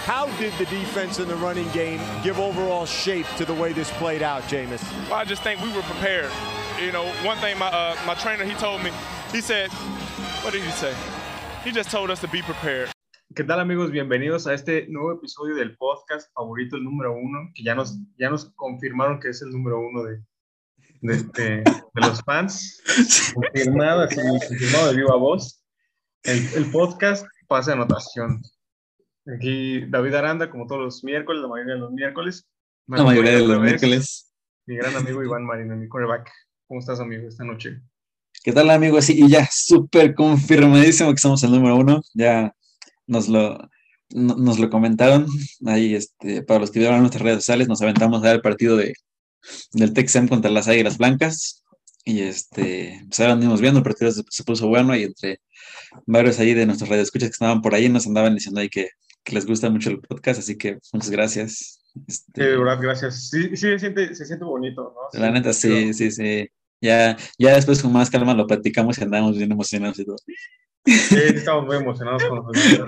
How did the defense and the running game give overall shape to the way this played out, Jameis? Well, I just think we were prepared. You know, one thing my trainer, he told me, he said, what did he say? He just told us to be prepared. ¿Qué tal, amigos? Bienvenidos a este nuevo episodio del podcast favorito, el número 1, que ya nos confirmaron que es el número 1 de los fans. Confirmado de viva voz. El podcast Pase Anotación. Aquí David Aranda, como todos los miércoles, la mayoría de los miércoles. La mayoría de los miércoles. Mi gran amigo Iván Marino, mi quarterback. ¿Cómo estás, amigo, esta noche? ¿Qué tal, amigo? Sí, y ya súper confirmadísimo que somos el número 1. Ya nos lo comentaron. Ahí, para los que vieron nuestras redes sociales, nos aventamos a ver el partido del Texam contra las Águilas Blancas. Y pues ahora andamos viendo, el partido se puso bueno. Y entre varios ahí de nuestras redes escuchas que estaban por ahí, nos andaban diciendo ahí que les gusta mucho el podcast. Así que muchas gracias. De verdad, gracias. Sí, se siente bonito, ¿no? La neta, sí. Ya después con más calma lo platicamos y andamos bien emocionados y todo. Sí, estamos muy emocionados con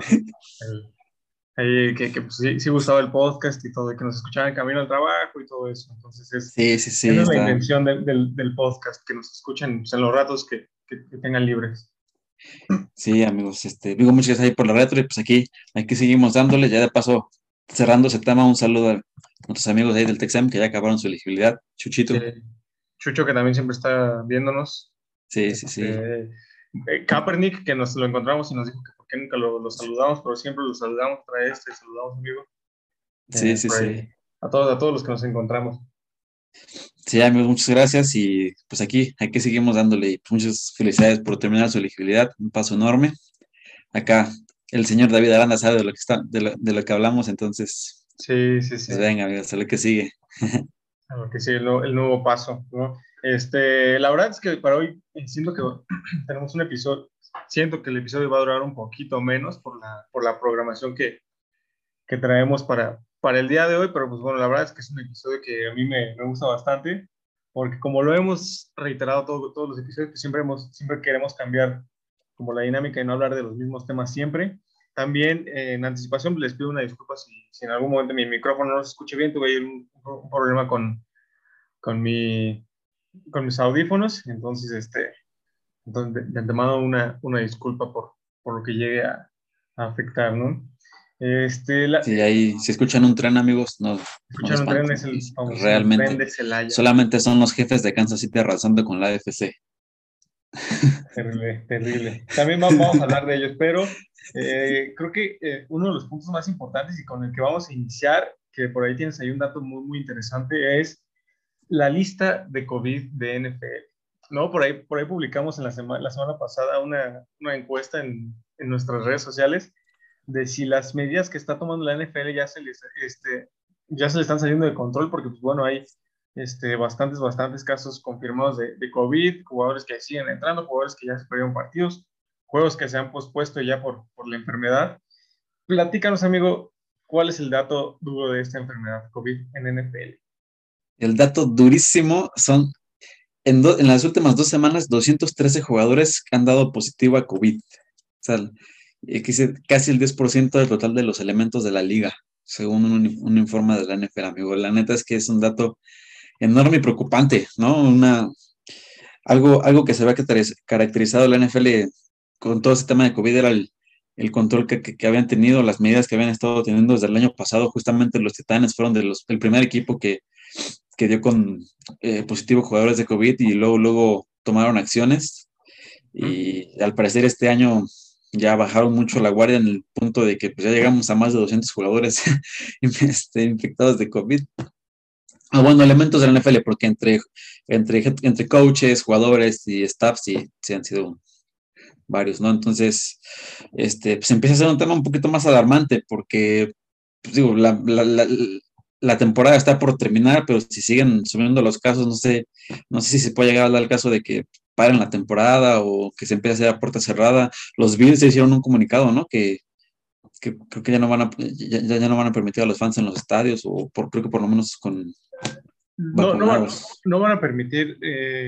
que pues, sí gustaba el podcast y todo, y que nos escuchaban en camino al trabajo y todo eso. Entonces sí, esa es la intención del podcast, que nos escuchen pues, en los ratos que tengan libres. Sí, amigos, digo muchas gracias ahí por la retro y pues aquí seguimos dándole, ya de paso cerrando ese tema, un saludo a nuestros amigos ahí del Texam que ya acabaron su elegibilidad. Chuchito. Chucho, que también siempre está viéndonos. Sí. Kaepernick, que nos lo encontramos y nos dijo que por qué nunca lo saludamos, pero siempre lo saludamos, saludamos, amigo. Sí. A todos los que nos encontramos. Sí, amigos, muchas gracias y pues aquí seguimos dándole y pues, muchas felicidades por terminar su elegibilidad, un paso enorme. Acá el señor David Aranda sabe de lo que hablamos, entonces sí. Pues venga, amigos, a lo que sigue. A lo que sigue, el nuevo paso, ¿no? La verdad es que para hoy siento que tenemos un episodio, siento que el episodio va a durar un poquito menos por la programación que traemos para el día de hoy, pero pues bueno, la verdad es que es un episodio que a mí me gusta bastante, porque como lo hemos reiterado todos los episodios, pues siempre queremos cambiar como la dinámica y no hablar de los mismos temas siempre. También en anticipación les pido una disculpa si en algún momento mi micrófono no se escuche bien, tuve un problema con mis audífonos, entonces de antemano una disculpa por lo que llegue a afectar, ¿no? Sí, ahí si escuchan un tren, amigos, no escuchan un tren, es el famoso realmente tren de Celaya. Solamente son los jefes de Kansas City arrasando con la AFC. Terrible. También vamos a hablar de ellos, pero creo que uno de los puntos más importantes y con el que vamos a iniciar, que por ahí tienes ahí un dato muy, muy interesante, es la lista de COVID de NFL. ¿No? Por ahí publicamos la semana pasada una encuesta en nuestras redes sociales de si las medidas que está tomando la NFL ya se le están saliendo de control, porque pues bueno, hay bastantes casos confirmados de COVID, jugadores que siguen entrando, jugadores que ya se perdieron partidos, juegos que se han pospuesto ya por la enfermedad. Platícanos, amigo, ¿cuál es el dato duro de esta enfermedad COVID en NFL? El dato durísimo son, en las últimas 2 semanas, 213 jugadores han dado positivo a COVID. O sea, casi el 10% del total de los elementos de la liga, según un informe de la NFL, amigo. La neta es que es un dato enorme y preocupante, ¿no? Algo que se había caracterizado la NFL con todo ese tema de COVID era el control que habían tenido, las medidas que habían estado teniendo desde el año pasado. Justamente los Titanes fueron el primer equipo que dio con positivo jugadores de COVID y luego tomaron acciones. Y al parecer este año ya bajaron mucho la guardia en el punto de que pues, ya llegamos a más de 200 jugadores infectados de COVID. Bueno, elementos de la NFL, porque entre coaches, jugadores y staff sí han sido varios, ¿no? Entonces, pues empieza a ser un tema un poquito más alarmante, porque, pues digo, la temporada está por terminar, pero si siguen subiendo los casos, no sé si se puede llegar a dar el caso de que paren la temporada o que se empiece a hacer a puerta cerrada. Los Bills hicieron un comunicado, ¿no? Que creo que ya no van a permitir a los fans en los estadios, o creo que por lo menos con vacunados. No van a permitir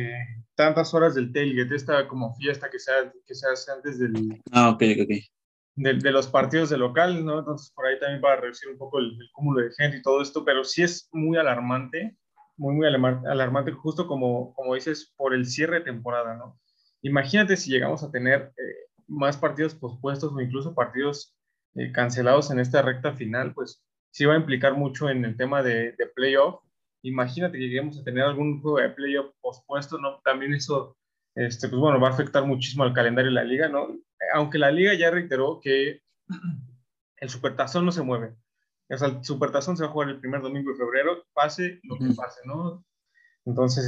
tantas horas del tailgate, esta como fiesta que se hace antes del... Ok. de los partidos de local, ¿no? Entonces, por ahí también va a reducir un poco el cúmulo de gente y todo esto, pero sí es muy alarmante, muy alarmante, justo como dices, por el cierre de temporada, ¿no? Imagínate si llegamos a tener más partidos pospuestos o incluso partidos cancelados en esta recta final, pues sí va a implicar mucho en el tema de playoff. Imagínate que lleguemos a tener algún juego de playoff pospuesto, ¿no? También eso, pues bueno, va a afectar muchísimo al calendario de la liga, ¿no? Aunque la liga ya reiteró que el Supertazón no se mueve. O sea, el Supertazón se va a jugar el primer domingo de febrero, pase lo que pase, ¿no? Entonces,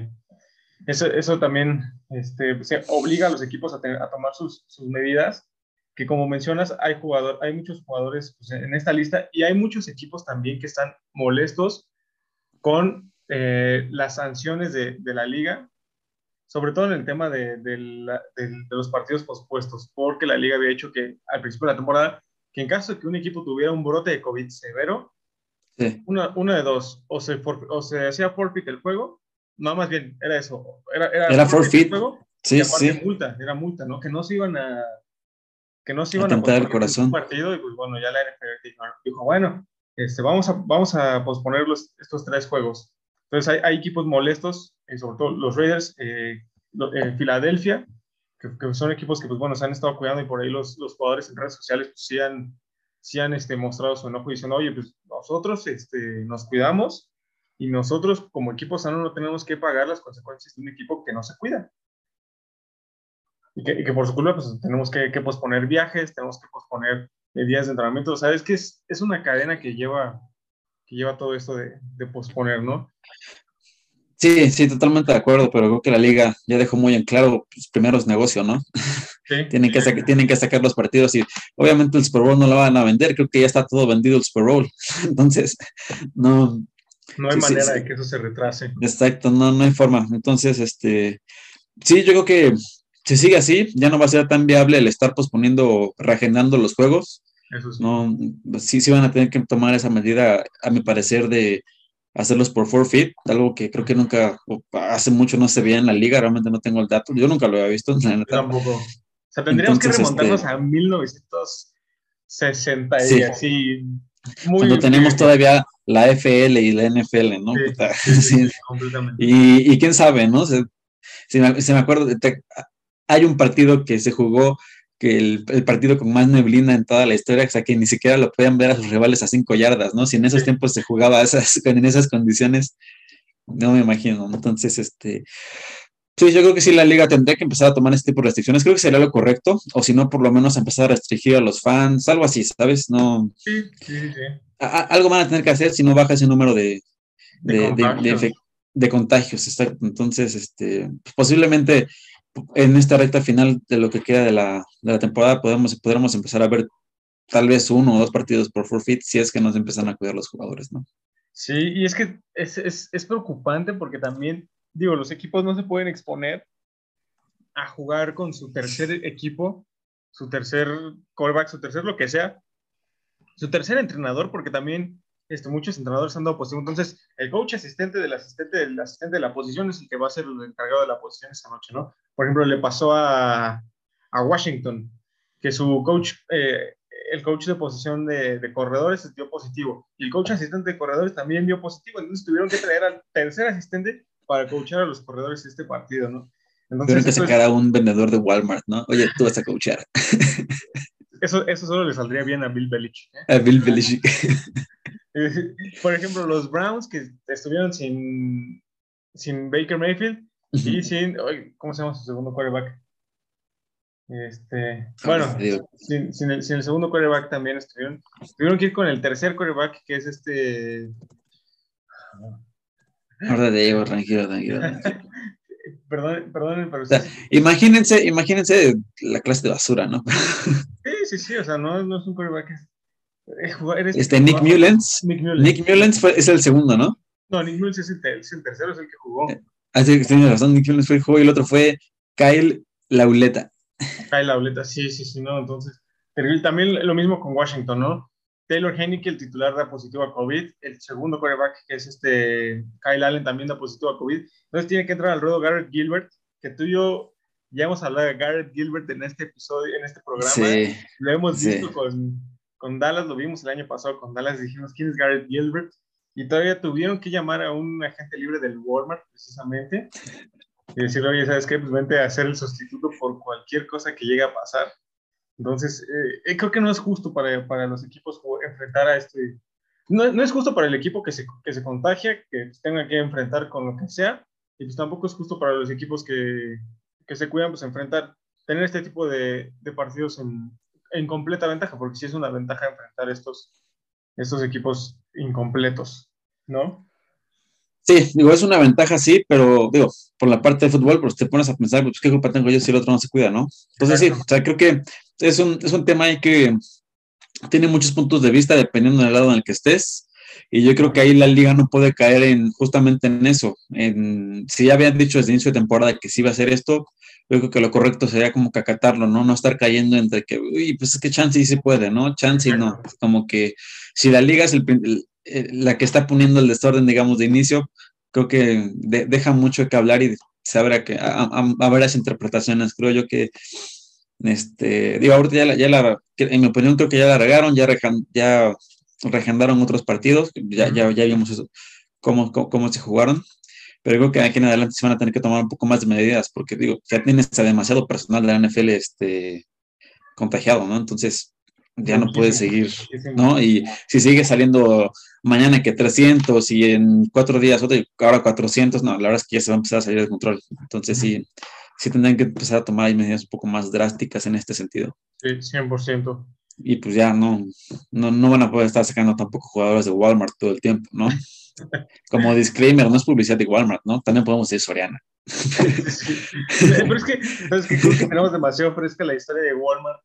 eso también se obliga a los equipos a tomar sus medidas, que como mencionas, hay muchos jugadores pues, en esta lista y hay muchos equipos también que están molestos con las sanciones de la liga, sobre todo en el tema de los partidos pospuestos, porque la liga había hecho que al principio de la temporada, que en caso de que un equipo tuviera un brote de COVID severo, Sí. una de dos, o se hacía forfeit el juego, no, más bien, era eso, Era forfeit el forfeit. juego, y Sí, aparte sí. era multa, ¿no? Que no se iban a Atentar el posponer ningún corazón. partido, y pues bueno, ya la NFL dijo bueno, vamos a posponer estos 3 juegos. Entonces hay equipos molestos, sobre todo los Raiders, Filadelfia, que son equipos que pues bueno, se han estado cuidando y por ahí los jugadores en redes sociales pues sí han mostrado su enojo diciendo, oye, pues nosotros nos cuidamos y nosotros como equipo sano no tenemos que pagar las consecuencias de un equipo que no se cuida. Y que por su culpa pues tenemos que posponer viajes, tenemos que posponer días de entrenamiento. O sea, es que es una cadena que lleva todo esto de posponer, ¿no? Sí, sí, totalmente de acuerdo, pero creo que la liga ya dejó muy en claro, pues primero es negocio, ¿no? Sí, Tienen que sacar los partidos y obviamente el Super Bowl no lo van a vender, creo que ya está todo vendido el Super Bowl. Entonces, no, no hay sí, sí, manera sí, de que eso se retrase. exacto, no hay forma. Entonces, sí, yo creo que si sigue así, ya no va a ser tan viable el estar posponiendo, reagendando los juegos. Eso sí. No, sí van a tener que tomar esa medida, a mi parecer, de hacerlos por forfeit, algo que creo que nunca, o hace mucho no se veía en la liga, realmente no tengo el dato, yo nunca lo había visto, la Yo neta. tampoco. O sea, tendríamos que Entonces, remontarnos a 1960 y sí, así, cuando muy tenemos primicia. todavía la FL y la NFL, ¿no? Sí, Puta, sí, sí. completamente. Y quién sabe, ¿no? Si me acuerdo, hay un partido que se jugó, que el partido con más neblina en toda la historia, o sea, que ni siquiera lo podían ver a sus rivales a 5 yardas, ¿no? Si en esos Sí. tiempos se jugaba en esas condiciones, no me imagino, ¿no? Entonces, sí, yo creo que sí la liga tendría que empezar a tomar este tipo de restricciones, creo que sería lo correcto, o si no, por lo menos empezar a restringir a los fans, algo así, ¿sabes? No, Sí, sí, sí, sí. algo van a tener que hacer si no baja ese número De de, de, de, contagios. efec- de contagios, exacto. Entonces, pues, posiblemente en esta recta final de lo que queda de la temporada podremos empezar a ver tal vez 1 o 2 partidos por forfeit si es que nos empiezan a cuidar los jugadores, ¿no? Sí, y es que es preocupante porque también, digo, los equipos no se pueden exponer a jugar con su tercer equipo, su tercer quarterback, su tercer lo que sea, su tercer entrenador, porque también muchos entrenadores han dado positivo. Entonces, el coach asistente del asistente de la posición es el que va a ser el encargado de la posición esa noche, ¿no? Por ejemplo, le pasó a Washington, que su coach, el coach de posición de corredores dio positivo, y el coach asistente de corredores también dio positivo, entonces tuvieron que traer al tercer asistente para coachar a los corredores este partido, ¿no? Tuvieron Entonces, que sacar a un vendedor de Walmart, ¿no? Oye, tú vas a coachar eso solo le saldría bien a Bill Belichick, ¿eh? a Bill Belichick. Por ejemplo, los Browns que estuvieron sin Baker Mayfield y ¿cómo se llama su segundo quarterback? Ahorita te Bueno, digo, sin el segundo quarterback también tuvieron que ir con el tercer quarterback, que es ahorita te digo, tranquilo. Perdón, pero O sí, sea, imagínense la clase de basura, ¿no? sí, o sea, no es un quarterback, eres Nick Mullens, Nick Mullens. Nick Mullens es el segundo, ¿no? No, Nick Mullens es el tercero, es el que jugó. Sí, tienes razón, Nick Mullens fue el juego y el otro fue Kyle Lauleta. Kyle Lauleta, sí, no, entonces, terrible. También lo mismo con Washington, ¿no? Taylor Heinicke, el titular, da positivo a COVID. El segundo quarterback, que es Kyle Allen, también da positivo a COVID. Entonces tiene que entrar al ruedo Garrett Gilbert, que tú y yo Ya hemos hablado de Garrett Gilbert en este episodio, en este programa. Sí, Lo hemos sí. visto con Dallas, lo vimos el año pasado con Dallas, dijimos, ¿quién es Garrett Gilbert? Y todavía tuvieron que llamar a un agente libre del Walmart, precisamente, y decirle, oye, ¿sabes qué? Pues vente a hacer el sustituto por cualquier cosa que llegue a pasar. Entonces, creo que no es justo para los equipos enfrentar a este... No es justo para el equipo que se contagia, que tenga que enfrentar con lo que sea, y pues tampoco es justo para los equipos que se cuidan, pues tener este tipo de partidos en completa ventaja, porque sí es una ventaja enfrentar estos equipos incompletos, ¿no? Sí, digo, es una ventaja, sí, pero digo, por la parte de fútbol, pues te pones a pensar, pues qué culpa tengo yo si el otro no se cuida, ¿no? Entonces sí, o sea, creo que es un tema ahí que tiene muchos puntos de vista dependiendo del lado en el que estés. Y yo creo que ahí la liga no puede caer justamente en eso. Si ya habían dicho desde el inicio de temporada que sí iba a hacer esto, yo creo que lo correcto sería como que acatarlo, ¿no? No estar cayendo entre que, uy, pues es que chance sí se puede, ¿no? Chance y no. Como que si la liga es la que está poniendo el desorden, digamos, de inicio, creo que deja mucho que hablar y se habrá que a varias interpretaciones. Creo yo que digo, ahorita en mi opinión, creo que ya la regaron, ya reagendaron otros partidos, ya vimos eso, cómo se jugaron, pero creo que aquí en adelante se van a tener que tomar un poco más de medidas, porque digo, ya tienes demasiado personal de la NFL contagiado, ¿no? Entonces, ya no puede seguir, ¿no? Y si sigue saliendo mañana que 300 y en 4 días ahora 400, no, la verdad es que ya se va a empezar a salir de control. Entonces, sí tendrán que empezar a tomar medidas un poco más drásticas en este sentido. Sí, 100%. Y pues ya no van a poder estar sacando tampoco jugadores de Walmart todo el tiempo, ¿no? Como disclaimer, no es publicidad de Walmart, ¿no? También podemos decir Soriana. Sí. Pero es que creo que tenemos demasiado fresca la historia de Walmart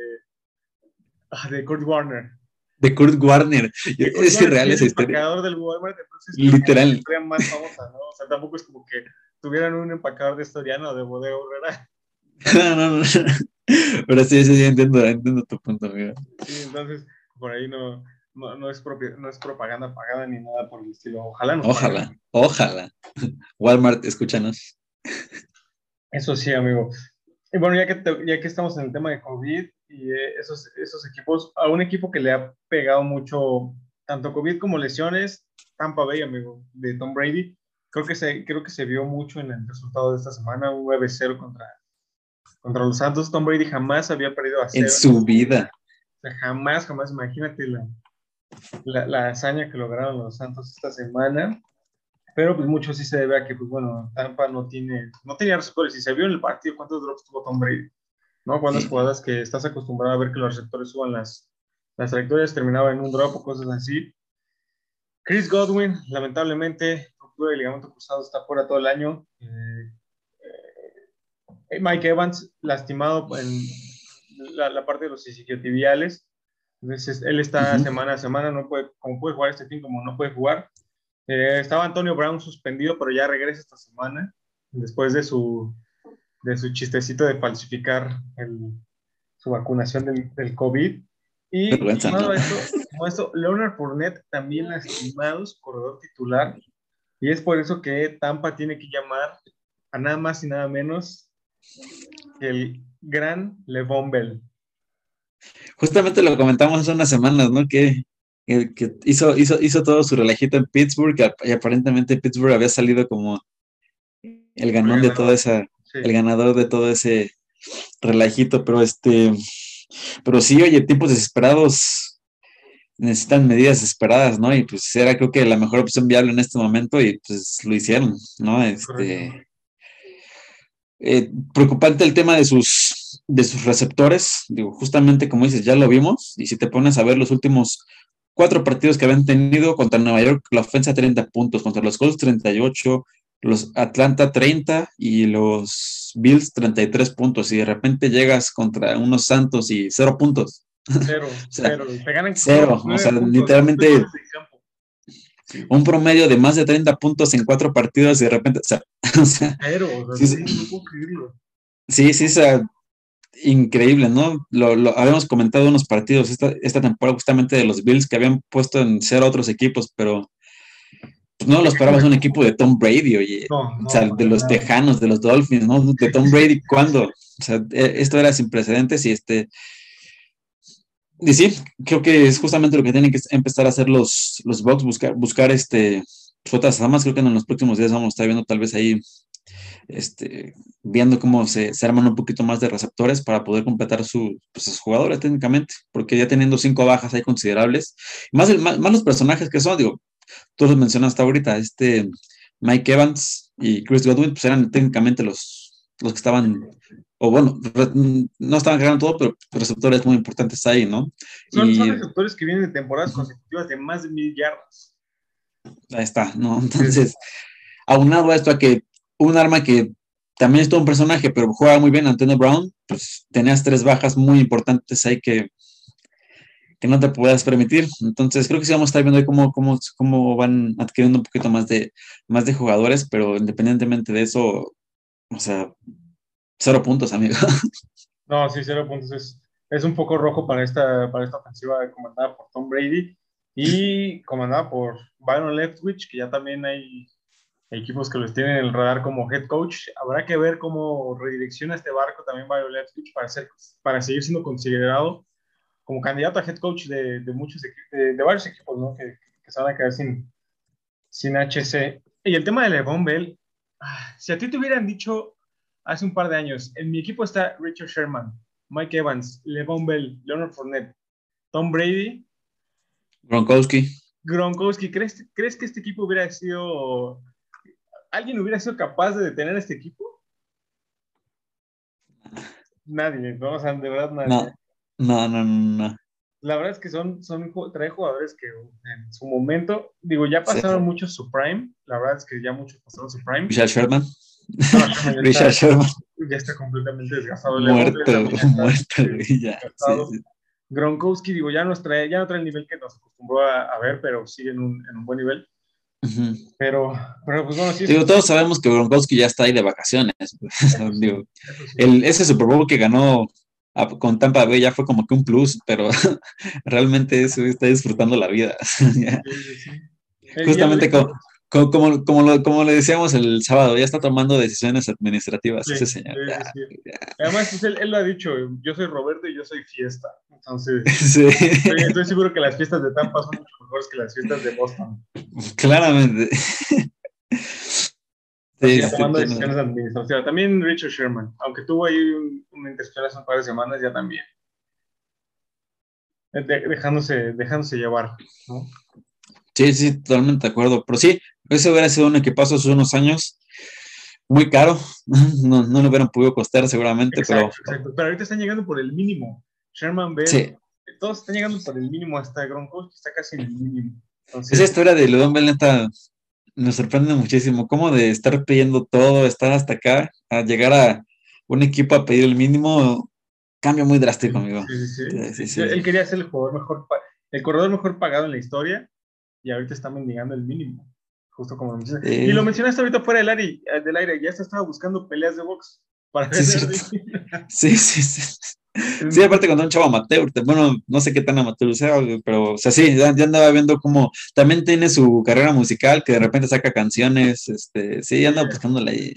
de Kurt Warner. De Kurt Warner. Es irreal esa historia. El empacador del Walmart, entonces literal. Es la historia más famosa, ¿no? O sea, tampoco es como que tuvieran un empacador de Soriana o de Bodega Aurrera. No. Pero sí, entiendo tu punto, amigo. Sí, entonces, por ahí no es propaganda pagada ni nada por el estilo. Ojalá. Walmart, escúchanos. Eso sí, amigo. Y bueno, ya que estamos en el tema de COVID y esos equipos, a un equipo que le ha pegado mucho, tanto COVID como lesiones, Tampa Bay, amigo, de Tom Brady, creo que se vio mucho en el resultado de esta semana, un 9-0 contra los Santos. Tom Brady jamás había perdido a 0 en su vida. O sea, jamás, imagínate la hazaña que lograron los Santos esta semana. Pero pues mucho sí se debe a que, pues bueno, Tampa no tenía receptores. Y se vio en el partido cuántos drops tuvo Tom Brady, ¿no? Cuántas jugadas que estás acostumbrado a ver que los receptores suban las trayectorias, terminaba en un drop o cosas así. Chris Godwin, lamentablemente, ruptura de ligamento cruzado, está fuera todo el año. Mike Evans, lastimado en la parte de los isquiotibiales. Entonces, él está semana a semana, no puede jugar este fin, como no puede jugar. Estaba Antonio Brown suspendido, pero ya regresa esta semana, después de su chistecito de falsificar su vacunación del COVID. Y sumado a esto, Leonard Fournette también lastimado, su corredor titular, y es por eso que Tampa tiene que llamar a nada más y nada menos que el gran Le'Veon Bell. Justamente lo comentamos hace unas semanas, ¿no? Que hizo todo su relajito en Pittsburgh, y aparentemente Pittsburgh había salido como el ganador de toda esa, sí. El ganador de todo ese relajito, pero sí, oye, tiempos desesperados necesitan medidas desesperadas, ¿no? Y pues era, creo que la mejor opción viable en este momento, y pues lo hicieron, ¿no? Preocupante el tema de sus receptores, digo, justamente como dices, ya lo vimos, y si te pones a ver los últimos 4 partidos que habían tenido: contra Nueva York, la ofensa 30 puntos, contra los Colts 38, los Atlanta 30 y los Bills 33 puntos, y de repente llegas contra unos Santos y 0 puntos. Cero, o sea, cero. Te ganan 0, o sea, literalmente un promedio de más de 30 puntos en 4 partidos y de repente, o sea, cero, o sea, no puedo creerlo. Sí, o sea, increíble, ¿no? Lo habíamos comentado unos partidos esta temporada justamente de los Bills que habían puesto en 0 a otros equipos, pero pues no lo esperabas un equipo de Tom Brady, oye. No, O sea, de los Tejanos, de los Dolphins, ¿no? De Tom Brady, ¿cuándo? O sea, esto era sin precedentes y sí, creo que es justamente lo que tienen que empezar a hacer los Bucks, buscar otras armas. Creo que en los próximos días vamos a estar viendo tal vez ahí, viendo cómo se arman un poquito más de receptores para poder completar sus jugadores técnicamente, porque ya teniendo 5 bajas ahí considerables, más los personajes que son, digo, tú los mencionaste ahorita, Mike Evans y Chris Godwin, pues eran técnicamente los que estaban, o bueno, no estaban ganando todo, pero receptores muy importantes ahí, ¿no? Son receptores que vienen de temporadas consecutivas de más de 1000 yardas. Ahí está, ¿no? Entonces, aunado a esto a que un arma que también es todo un personaje, pero juega muy bien, Antonio Brown, pues tenías 3 bajas muy importantes ahí que no te puedas permitir. Entonces, creo que sí vamos a estar viendo ahí cómo van adquiriendo un poquito más de jugadores, pero independientemente de eso, o sea, 0 puntos, amigo. No, sí, 0 puntos es un poco rojo para esta ofensiva comandada por Tom Brady y comandada por Byron Leftwich, que ya también hay equipos que los tienen en el radar como head coach. Habrá que ver cómo redirecciona este barco también Byron Leftwich para seguir siendo considerado como candidato a head coach de muchos de varios equipos, ¿no? Que se van a quedar sin HC. Y el tema de Le'Veon Bell, si a ti te hubieran dicho hace un par de años, en mi equipo está Richard Sherman, Mike Evans, Le'Veon Bell, Leonard Fournette, Tom Brady, Gronkowski. ¿crees que este equipo alguien hubiera sido capaz de detener a este equipo? Nadie, ¿no? O sea, de verdad nadie. No. La verdad es que trae jugadores que en su momento, digo, ya pasaron muchos su prime. La verdad es que ya muchos pasaron su prime. Richard Sherman. No, Sherman ya está completamente desgastado. Muerto. Ya. Sí. Gronkowski, digo, ya no trae el nivel que nos acostumbró a ver, pero sigue en un buen nivel. Uh-huh. Pero pues bueno, sí. Digo, todos sabemos que Gronkowski ya está ahí de vacaciones. Digo, ese Super Bowl que ganó con Tampa Bay ya fue como que un plus, pero realmente eso está disfrutando la vida. Sí. Justamente como le decíamos el sábado, ya está tomando decisiones administrativas ese señor. Sí. Además, pues él lo ha dicho, yo soy Roberto y yo soy fiesta. Entonces, estoy seguro que las fiestas de Tampa son mucho mejores que las fiestas de Boston. Claramente. Tomando decisiones administrativas. También Richard Sherman, aunque tuvo ahí una intercepción hace un par de semanas, ya también. Dejándose llevar, ¿no? Sí, totalmente de acuerdo. Pero sí, ese hubiera sido un equipazo hace unos años muy caro. No lo hubieran podido costar seguramente. Exacto. Pero ahorita están llegando por el mínimo. Sherman Bell, sí. Todos están llegando por el mínimo, hasta Gronkowski está casi en el mínimo. Entonces, esa historia de Le'Veon Bell neta nos sorprende muchísimo. Cómo de estar pidiendo todo, estar hasta acá, a llegar a un equipo a pedir el mínimo, cambio muy drástico, amigo. Sí. Él quería ser el corredor mejor pagado en la historia y ahorita está mendigando el mínimo, justo como lo mencionaste. Y lo mencionaste ahorita fuera del aire, ya estaba buscando peleas de box para ver. Sí. Sí, aparte cuando un chavo amateur, bueno, no sé qué tan amateur sea, pero, o sea, sí, ya andaba viendo cómo también tiene su carrera musical, que de repente saca canciones, sí, anda buscándola ahí.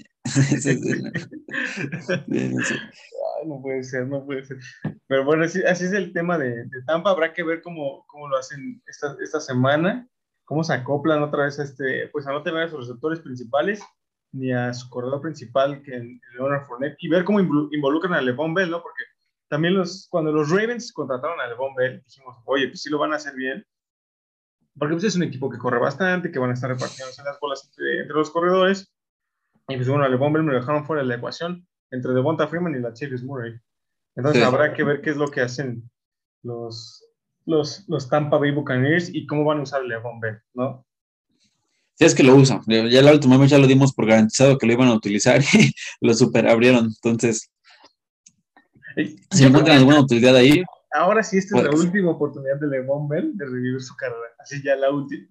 No puede ser. Pero bueno, así es el tema de Tampa. Habrá que ver cómo lo hacen esta semana, cómo se acoplan otra vez pues a no tener a sus receptores principales ni a su corredor principal, que es Leonard Fournette, y ver cómo involucran a Le'Veon Bell, ¿no? Porque también cuando los Ravens contrataron a Le'Veon Bell, dijimos, oye, pues sí lo van a hacer bien, porque pues es un equipo que corre bastante, que van a estar repartiéndose las bolas entre los corredores, y pues bueno, a Le'Veon Bell me lo dejaron fuera de la ecuación, entre Devonta Freeman y Latavius Murray. Entonces habrá que ver qué es lo que hacen los Tampa Bay Buccaneers y cómo van a usar a Le'Veon Bell, ¿no? Sí, es que lo usan. Ya la última vez ya lo dimos por garantizado que lo iban a utilizar y lo super abrieron. Entonces, si encuentran alguna utilidad ahí. Ahora sí, esta es la última oportunidad de Le'Veon Bell de revivir su carrera. Así ya la última.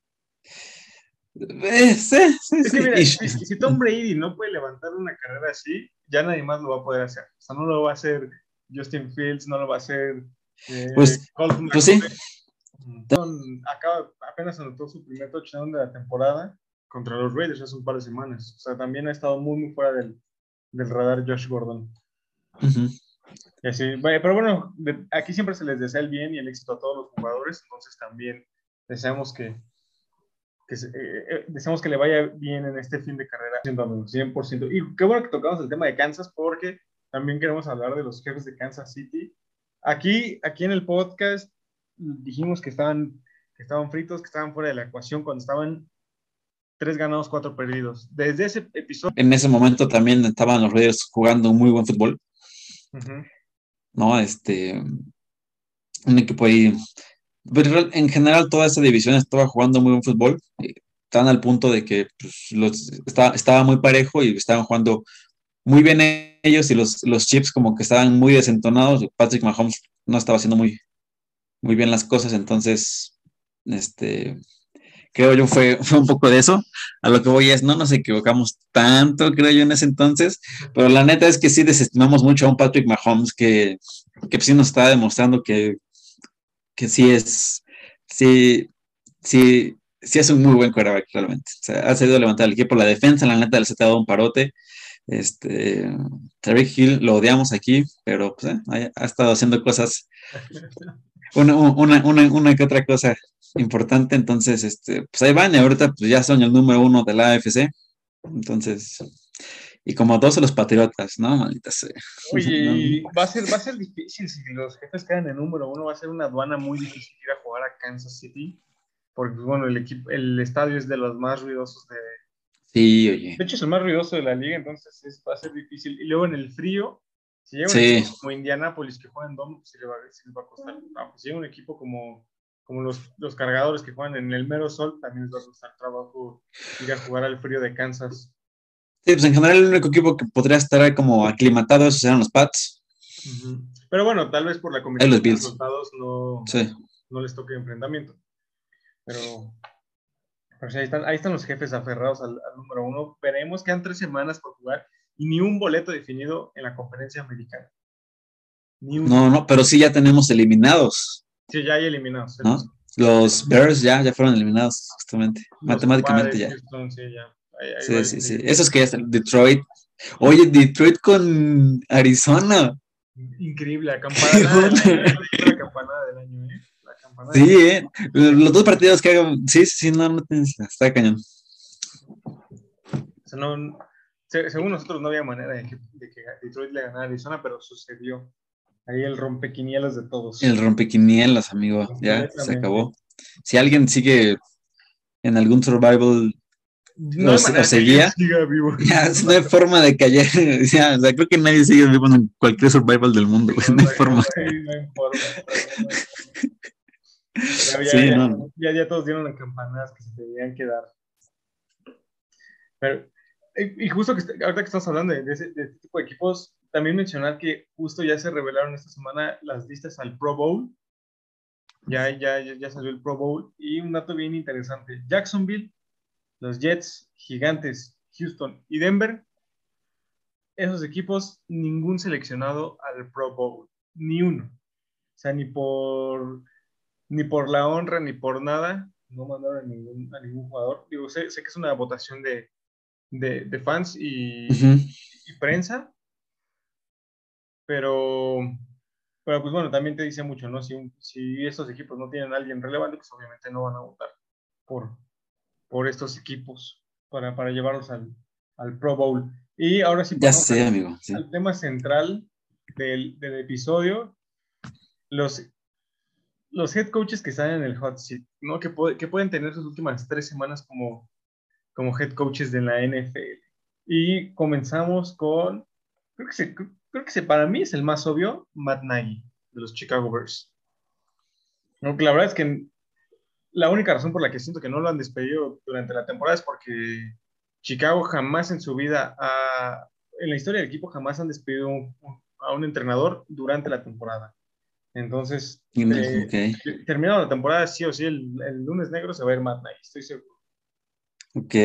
Sí. Es que mira, si Tom Brady no puede levantar una carrera así, ya nadie más lo va a poder hacer. O sea, no lo va a hacer Justin Fields, no lo va a hacer pues sí. Apenas anotó su primer touchdown de la temporada contra los Raiders hace un par de semanas. O sea, también ha estado muy fuera del radar Josh Gordon. Uh-huh. Y así, pero bueno, aquí siempre se les desea el bien y el éxito a todos los jugadores, entonces también deseamos deseamos que le vaya bien en este fin de carrera, 100%. Y qué bueno que tocamos el tema de Kansas, porque también queremos hablar de los jefes de Kansas City. Aquí en el podcast dijimos que estaban fritos, que estaban fuera de la ecuación cuando estaban 3 ganados, 4 perdidos. Desde ese episodio. En ese momento también estaban los Raiders jugando un muy buen fútbol. Uh-huh. ¿No? Un equipo ahí. Pero en general, toda esa división estaba jugando muy buen fútbol. Estaban al punto de que pues, estaba muy parejo y estaban jugando muy bien ellos, y los Chiefs como que estaban muy desentonados. Patrick Mahomes no estaba haciendo muy bien las cosas, entonces creo yo fue un poco de eso. A lo que voy es, no nos equivocamos tanto, creo yo, en ese entonces, pero la neta es que sí desestimamos mucho a un Patrick Mahomes que sí nos está demostrando que sí es un muy buen quarterback, realmente. O sea, ha sabido levantar el equipo. La defensa, la neta, les ha dado un parote. Tyreek Hill lo odiamos aquí, pero pues, ha estado haciendo cosas, una que otra cosa importante. Entonces, pues ahí van, y ahorita pues ya son el número 1 de la AFC. Entonces, y como 2 de los Patriotas, ¿no? Maldita sea. Oye, no. Va a ser difícil si los jefes quedan en número 1, va a ser una aduana muy difícil ir a jugar a Kansas City, porque bueno, el estadio es de los más ruidosos de... Sí, oye. De hecho, es el más ruidoso de la liga, entonces va a ser difícil. Y luego en el frío, si llega un equipo como Indianapolis que juega en Dome, pues sí les va a costar. Si llega un equipo como los Cargadores que juegan en el mero sol, también les va a costar trabajo ir a jugar al frío de Kansas. Sí, pues en general el único equipo que podría estar como aclimatado a eso serán los Pats. Uh-huh. Pero bueno, tal vez por la combinación de resultados no les toque enfrentamiento. Pero sí, ahí están los jefes aferrados al número 1. Veremos, quedan 3 semanas por jugar y ni un boleto definido en la conferencia americana. No, pero sí ya tenemos eliminados. Sí, ya hay eliminados. ¿No? Los Bears ya fueron eliminados, justamente. Los matemáticamente ya. Houston, sí, ya. Sí. Esos que ya están. Detroit. Oye, Detroit con Arizona. Increíble, la campanada del año, ¿eh? Sí, los 2 partidos que hagan. Sí, no está cañón. O sea, según nosotros no había manera de que Detroit le ganara a Arizona, pero sucedió. Ahí el rompequinielas de todos. El rompequinielas, amigo. Ya se acabó. Si alguien sigue en algún survival o seguía, ya, no hay forma de callar. Ya, o sea, creo que nadie sigue vivo en cualquier survival del mundo. No hay forma. Ya todos dieron las campanadas que se tenían que dar. Pero, y justo ahorita que estamos hablando de este tipo de equipos, también mencionar que justo ya se revelaron esta semana las listas al Pro Bowl. Ya salió el Pro Bowl. Y un dato bien interesante: Jacksonville, los Jets, Gigantes, Houston y Denver, esos equipos, ningún seleccionado al Pro Bowl. Ni uno. O sea, ni por la honra, ni por nada, no mandaron a ningún jugador. Digo, sé que es una votación de fans y prensa, pero pues bueno, también te dice mucho, ¿no? Si estos equipos no tienen a alguien relevante, pues obviamente no van a votar por estos equipos para llevarlos al Pro Bowl. Y ahora sí, ya sé, amigo. Sí. Al tema central del episodio, los head coaches que están en el hot seat, ¿no? Que pueden tener sus últimas 3 semanas como head coaches de la NFL. Y comenzamos con, creo que para mí es el más obvio, Matt Nagy, de los Chicago Bears. Aunque la verdad es que la única razón por la que siento que no lo han despedido durante la temporada es porque Chicago jamás en su vida, en la historia del equipo, jamás han despedido a un entrenador durante la temporada. Entonces, terminando la temporada, sí o sí, el lunes negro se va a ir Matt Nagy, estoy seguro. Ok.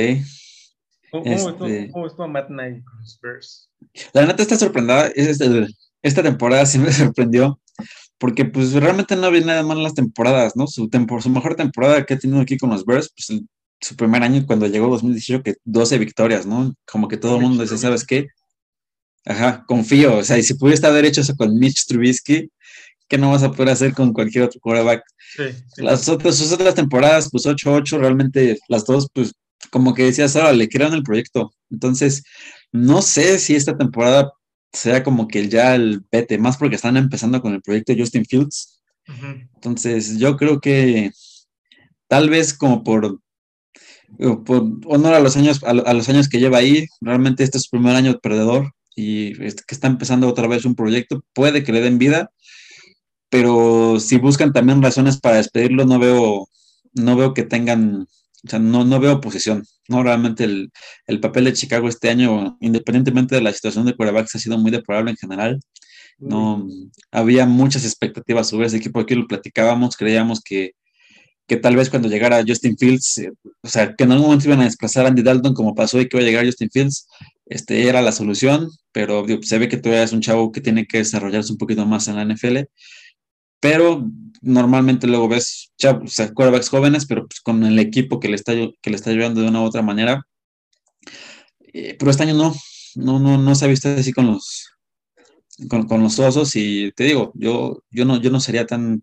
¿Cómo estuvo Matt Nagy con los Bears? La neta está sorprendida. Esta temporada sí me sorprendió porque pues realmente no había nada mal en las temporadas, ¿no? Su mejor temporada que ha tenido aquí con los Bears, pues su primer año cuando llegó 2018, que 12 victorias, ¿no? Como que todo el mundo dice, ¿sabes qué? Ajá, confío, o sea, y si pudiste haber hecho eso con Mitch Trubisky, ¿qué no vas a poder hacer con cualquier otro quarterback? Sí. Sus otras temporadas, pues 8-8, realmente las dos, pues como que decías, ahora le crearon el proyecto. Entonces, no sé si esta temporada sea como que ya el vete, más porque están empezando con el proyecto Justin Fields. Uh-huh. Entonces, yo creo que tal vez como por honor a los años, a los años que lleva ahí, realmente este es su primer año perdedor y que está empezando otra vez un proyecto, puede que le den vida, pero si buscan también razones para despedirlo, no veo que tengan, o sea, no veo oposición. No, realmente el papel de Chicago este año, independientemente de la situación de quarterbacks, ha sido muy deplorable en general. No, había muchas expectativas sobre ese equipo. Aquí lo platicábamos, creíamos que tal vez cuando llegara Justin Fields, o sea, que en algún momento iban a desplazar a Andy Dalton como pasó y que iba a llegar Justin Fields, era la solución, pero se ve que todavía es un chavo que tiene que desarrollarse un poquito más en la NFL, pero normalmente luego ves o sea, quarterbacks jóvenes, pero pues con el equipo que le está ayudando de una u otra manera. Pero este año no se ha visto así con los Osos y te digo, yo no sería tan,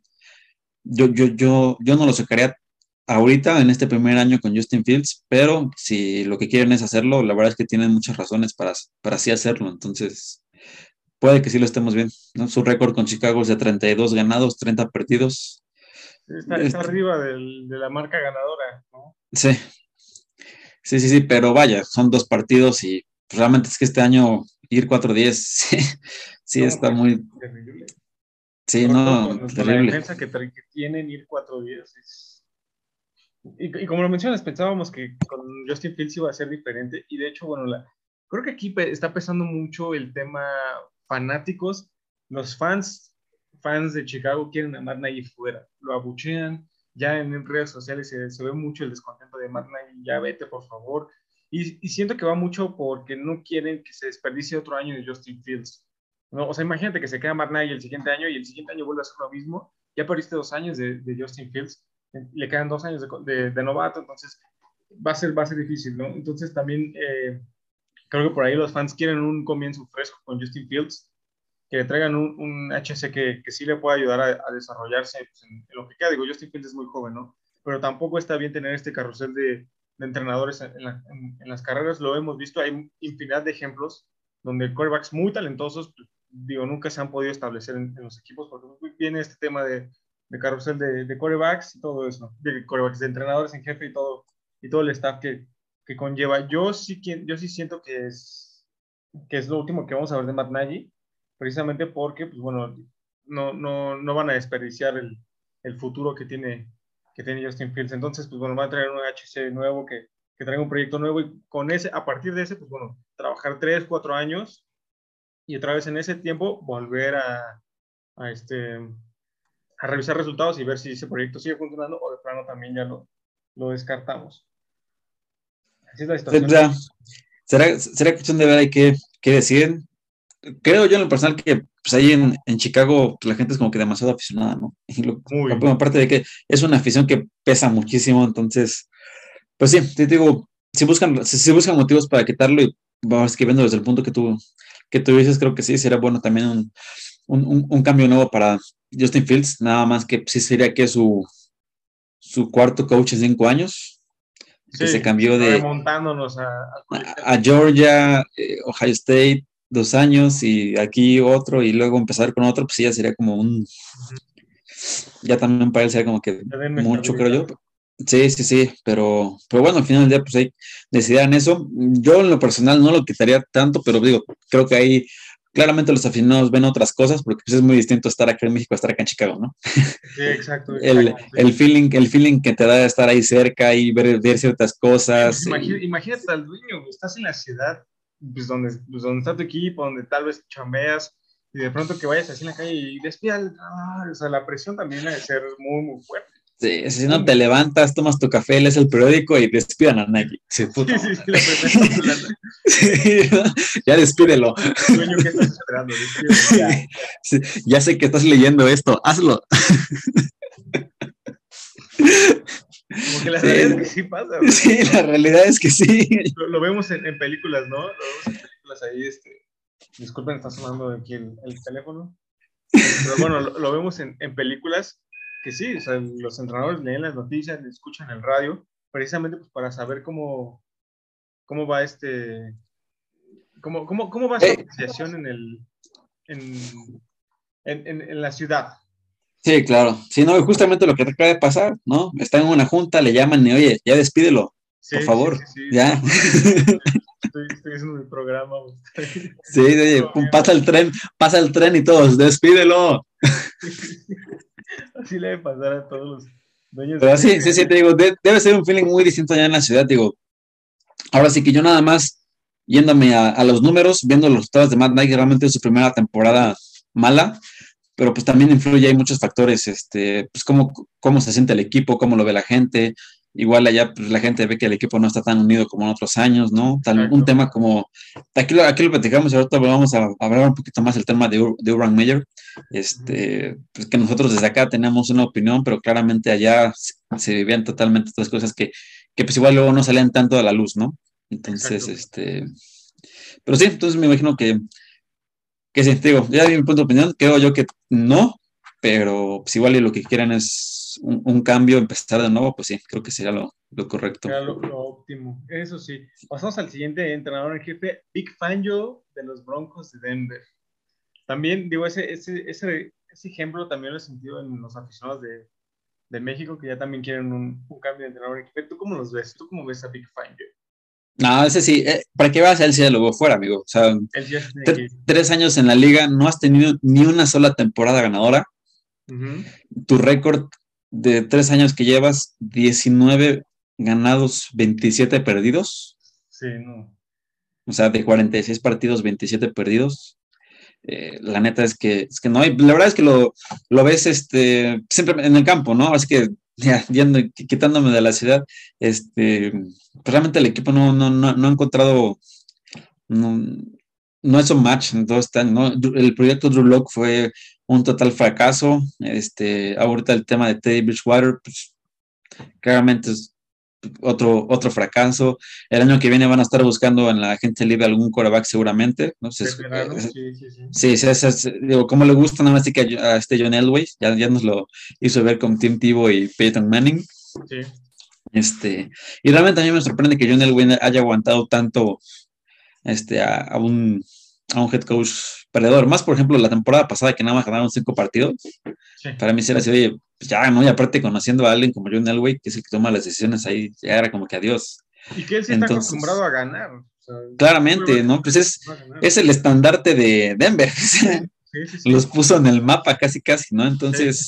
yo no lo sacaría ahorita en este primer año con Justin Fields, pero si lo que quieren es hacerlo, la verdad es que tienen muchas razones para así hacerlo, entonces puede que sí lo estemos viendo, ¿no? Su récord con Chicago es de 32 ganados, 30 perdidos. Está arriba de la marca ganadora, ¿no? Sí, sí, pero vaya, son 2 partidos y realmente es que este año ir 4-10, sí, sí No, está pues, muy, terrible. sí, Sobre todo no, con la terrible. defensa que tienen ir 4-10. Y como lo mencionas, pensábamos que con Justin Fields iba a ser diferente. Y de hecho, bueno, creo que aquí está pesando mucho el tema fanáticos. Los fans de Chicago quieren a Matt Nagy fuera. Lo abuchean. Ya en redes sociales se ve mucho el descontento de Matt Nagy. Ya vete, por favor. Y siento que va mucho porque no quieren que se desperdicie otro año de Justin Fields, ¿no? O sea, imagínate que se queda Matt Nagy el siguiente año y el siguiente año vuelve a hacer lo mismo. Ya perdiste 2 años de Justin Fields, le quedan 2 años de novato, entonces va a ser difícil, ¿no? Entonces también creo que por ahí los fans quieren un comienzo fresco con Justin Fields, que le traigan un HC que sí le pueda ayudar a desarrollarse pues, en lo que queda. Digo, Justin Fields es muy joven, ¿no? Pero tampoco está bien tener este carrusel de entrenadores en las carreras. Lo hemos visto, hay infinidad de ejemplos donde quarterbacks muy talentosos, digo, nunca se han podido establecer en los equipos porque viene este tema de carrusel de quarterbacks y todo eso, de quarterbacks, de entrenadores en jefe y todo el staff que conlleva. Yo sí siento que es lo último que vamos a ver de Matt Nagy, precisamente porque, pues bueno, no van a desperdiciar el futuro que tiene Justin Fields. Entonces, pues bueno, van a traer un HC nuevo que traiga un proyecto nuevo y a partir de ese, pues bueno, trabajar 3, 4 años y otra vez en ese tiempo volver a revisar resultados y ver si ese proyecto sigue funcionando o de plano también ya lo descartamos. Así es la situación. Será cuestión de ver ahí qué deciden. Creo yo en lo personal que pues ahí en Chicago la gente es como que demasiado aficionada, ¿no? Y Muy. aparte de que es una afición que pesa muchísimo, entonces, pues sí, te digo, si buscan motivos para quitarlo y vamos escribiendo desde el punto que tú dices, creo que sí, sería bueno también un cambio nuevo para Justin Fields, nada más que sí sería que su cuarto coach en 5 años, que se Sí, cambió remontándonos al a Georgia, Ohio State, 2 años y aquí otro y luego empezar con otro, pues sí, ya sería como ya también para él sería como que denme mucho, creo estabilidad. yo. Sí, pero bueno, al final del día, pues ahí decidirán eso. Yo en lo personal no lo quitaría tanto, pero digo, creo que ahí claramente los aficionados ven otras cosas, porque pues es muy distinto estar acá en México a estar acá en Chicago, ¿no? Sí, exacto, El, exacto. el Sí. feeling que te da estar ahí cerca y ver ciertas Oye, pues cosas. imagínate al dueño, estás en la ciudad, pues donde está tu equipo, donde tal vez chambeas, y de pronto que vayas así en la calle y despida o sea, la presión también ha de ser muy, muy fuerte. Sí, si no te levantas, tomas tu café, lees el periódico y despidan a Nagy. Sí, puta. Sí, la primera hablando. Sí, ya despídelo. Dueño, ¿qué estás esperando? Ya. Sí, ya sé que estás leyendo esto, hazlo. Como que la Sí, realidad es que sí pasa, ¿no? sí, la realidad es que sí. Lo vemos en películas, ¿no? Lo vemos en películas ahí, disculpen, está sonando aquí el teléfono. Pero bueno, lo vemos en películas que sí, o sea, los entrenadores leen las noticias, escuchan el radio, precisamente pues para saber cómo va cómo va su apreciación en la ciudad. Sí, claro. Sí, no, justamente lo que te acaba de pasar, ¿no? Está en una junta, le llaman y, oye, ya despídelo, Sí, por favor. sí. Ya. Estoy haciendo mi programa. Sí, oye, pasa el tren y todos, despídelo. Así le debe pasar a todos los dueños Pero de... sí, te digo, debe ser un feeling muy distinto allá en la ciudad, digo. Ahora sí que yo nada más yéndome a los números, viendo los resultados de Matt Nagy, realmente es su primera temporada mala, pero pues también influye, hay muchos factores, pues cómo se siente el equipo, cómo lo ve la gente. Igual allá pues, la gente ve que el equipo no está tan unido como en otros años, ¿no? Un tema como, aquí lo platicamos y ahorita vamos a hablar un poquito más el tema de Urban Meyer, pues que nosotros desde acá tenemos una opinión, pero claramente allá se vivían totalmente otras cosas que pues igual luego no salían tanto a la luz, ¿no? Entonces, Exacto. pero sí, entonces me imagino que sí, te digo, ya di mi punto de opinión, creo yo que no, pero pues igual y lo que quieran es un cambio, empezar de nuevo, pues sí, creo que sería lo correcto. Era lo óptimo. Eso sí. Pasamos al siguiente entrenador en jefe, Vic Fangio de los Broncos de Denver. También, digo, ese ejemplo también lo he sentido en los aficionados de México, que ya también quieren un cambio de entrenador en jefe. ¿Tú cómo los ves? ¿Tú cómo ves a Vic Fangio? No, ese sí, para qué vas a él si ya lo veo fuera, amigo. O sea, Él ya se tiene que ir. 3 años en la liga, no has tenido ni una sola temporada ganadora. Uh-huh. Tu récord de 3 años que llevas, 19 ganados, 27 perdidos. Sí, no. O sea, de 46 partidos, 27 perdidos. La neta es que no hay, la verdad es que lo ves siempre en el campo, ¿no? Así que ya quitándome de la ciudad, pues realmente el equipo no ha encontrado, no, no es un match en todo este año, ¿no? El proyecto Drew Lock fue un total fracaso. Ahorita el tema de Teddy Bridgewater, pues claramente es otro fracaso. El año que viene van a estar buscando en la agencia libre algún quarterback seguramente. ¿No? Veterano, Sí, digo, como le gusta nada más que a este John Elway, ya nos lo hizo ver con Tim Tebow y Peyton Manning. Sí. Y realmente a mí me sorprende que John Elway haya aguantado tanto a un head coach perdedor. Más, por ejemplo, la temporada pasada que nada más ganaron 5 partidos. Sí. Para mí era así, oye, pues ya, ¿no? Y aparte conociendo a alguien como John Elway, que es el que toma las decisiones ahí, ya era como que adiós. Y que él sí está acostumbrado a ganar. O sea, claramente, ¿no? Pues es el estandarte de Denver. Sí. Los puso en el mapa casi, ¿no? Entonces,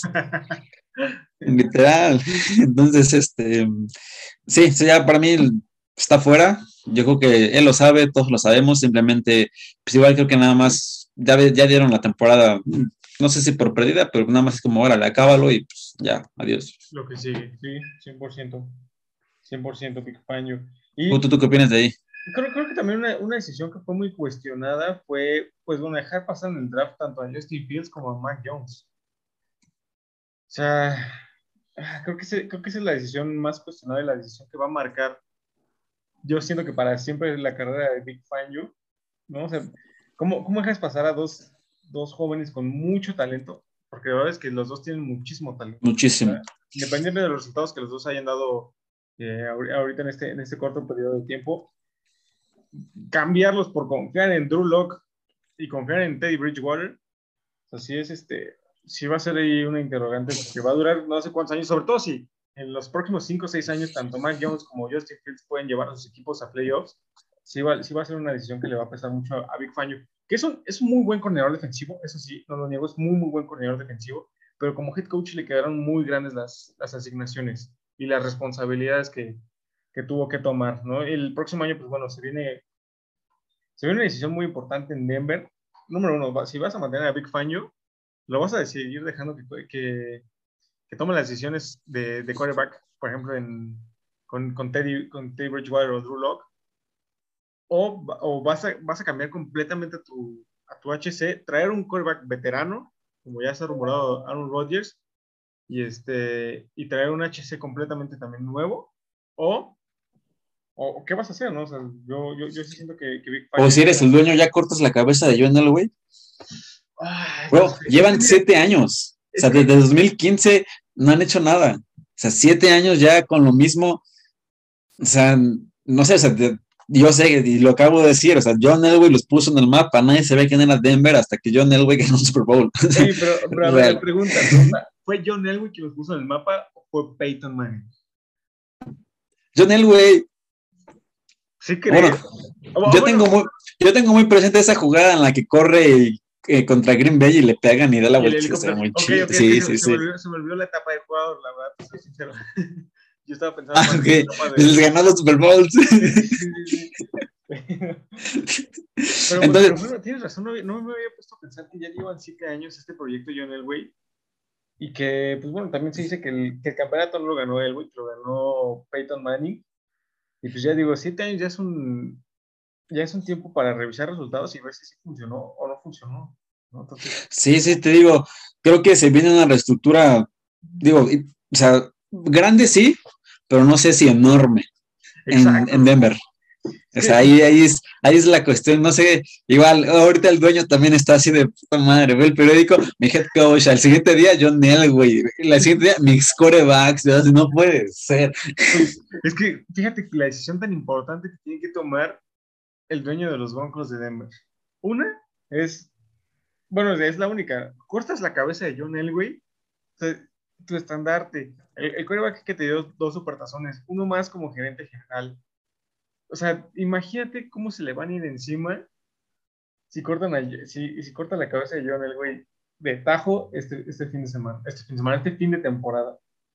literal. Entonces, sí, ya para mí está fuera. Yo creo que él lo sabe, todos lo sabemos. Simplemente, pues igual creo que nada más, ya dieron la temporada, no sé si por perdida, pero nada más es como, órale, acábalo y pues ya, adiós. Lo que sigue, sí, 100%. 100% Big Fangio. ¿Tú qué opinas de ahí? Creo que también una decisión que fue muy cuestionada fue, pues, bueno, dejar pasar en el draft tanto a Justin Fields como a Mac Jones. O sea, creo que esa es la decisión más cuestionada y la decisión que va a marcar, yo siento que para siempre la carrera de Big Fangio, ¿no? O sea, ¿cómo dejas pasar a dos jóvenes con mucho talento? Porque la verdad es que los dos tienen muchísimo talento. Muchísimo. O sea, independiente de los resultados que los dos hayan dado ahorita en este corto periodo de tiempo, cambiarlos por confiar en Drew Lock y confiar en Teddy Bridgewater, así es, sí va a ser ahí una interrogante que va a durar no sé cuántos años, sobre todo si en los próximos 5 o 6 años tanto Mac Jones como Justin Fields pueden llevar a sus equipos a playoffs, sí va a ser una decisión que le va a pesar mucho a Big Fangio, que es un muy buen coordinador defensivo, eso sí, no lo niego, es muy buen coordinador defensivo, pero como head coach le quedaron muy grandes las asignaciones y las responsabilidades que tuvo que tomar, ¿no? El próximo año, pues bueno, se viene una decisión muy importante en Denver. Número uno, si vas a mantener a Big Fangio, lo vas a decidir dejando toma las decisiones de quarterback, por ejemplo, con Teddy Bridgewater o Drew Lock, o vas a cambiar completamente a tu HC, traer un quarterback veterano, como ya se ha rumorado Aaron Rodgers, y traer un HC completamente también nuevo, o qué vas a hacer, ¿no? O sea, yo sí siento que Big O si eres el dueño, ya cortas la cabeza de John Elway. Bro, llevan 7 años. O sea, desde 2015 no han hecho nada. O sea, 7 años ya con lo mismo. O sea, no sé, o sea, yo sé, y lo acabo de decir, o sea, John Elway los puso en el mapa, nadie se ve quién era Denver hasta que John Elway ganó un Super Bowl. Sí, pero a ver, pregunta, ¿fue John Elway quien los puso en el mapa o fue Peyton Manning? John Elway. ¿Sí crees? Bueno, yo tengo muy presente esa jugada en la que corre contra Green Bay y le pegan y da la vuelta. Muy chido. Okay, se me olvidó la etapa del jugador, la verdad, soy sincero. Yo estaba pensando okay. Les ganó los Super Bowls. Pero bueno, tienes razón, no me había puesto a pensar que ya llevan 7 años este proyecto John Elway y que, pues bueno, también se dice que el campeonato no lo ganó Elway, que lo ganó Peyton Manning. Y pues ya digo, 7 años ya es un tiempo para revisar resultados y ver si funcionó o no funcionó, ¿no? Entonces, sí, te digo, creo que se viene una reestructura, digo, o sea, grande sí, pero no sé si enorme en Denver. O sea, ahí es la cuestión, no sé, igual, ahorita el dueño también está así de puta madre, ve el periódico, mi head coach, al siguiente día John Elway, al siguiente día mis quarterbacks, no puede ser. Es que, fíjate que la decisión tan importante que tiene que tomar el dueño de los Broncos de Denver, una es la única, cortas la cabeza de John Elway, o sea, tu estandarte, el quarterback que te dio 2 supertazones, uno más como gerente general. O sea, imagínate cómo se le van a ir encima si cortan la cabeza de John Elway de tajo este fin de temporada.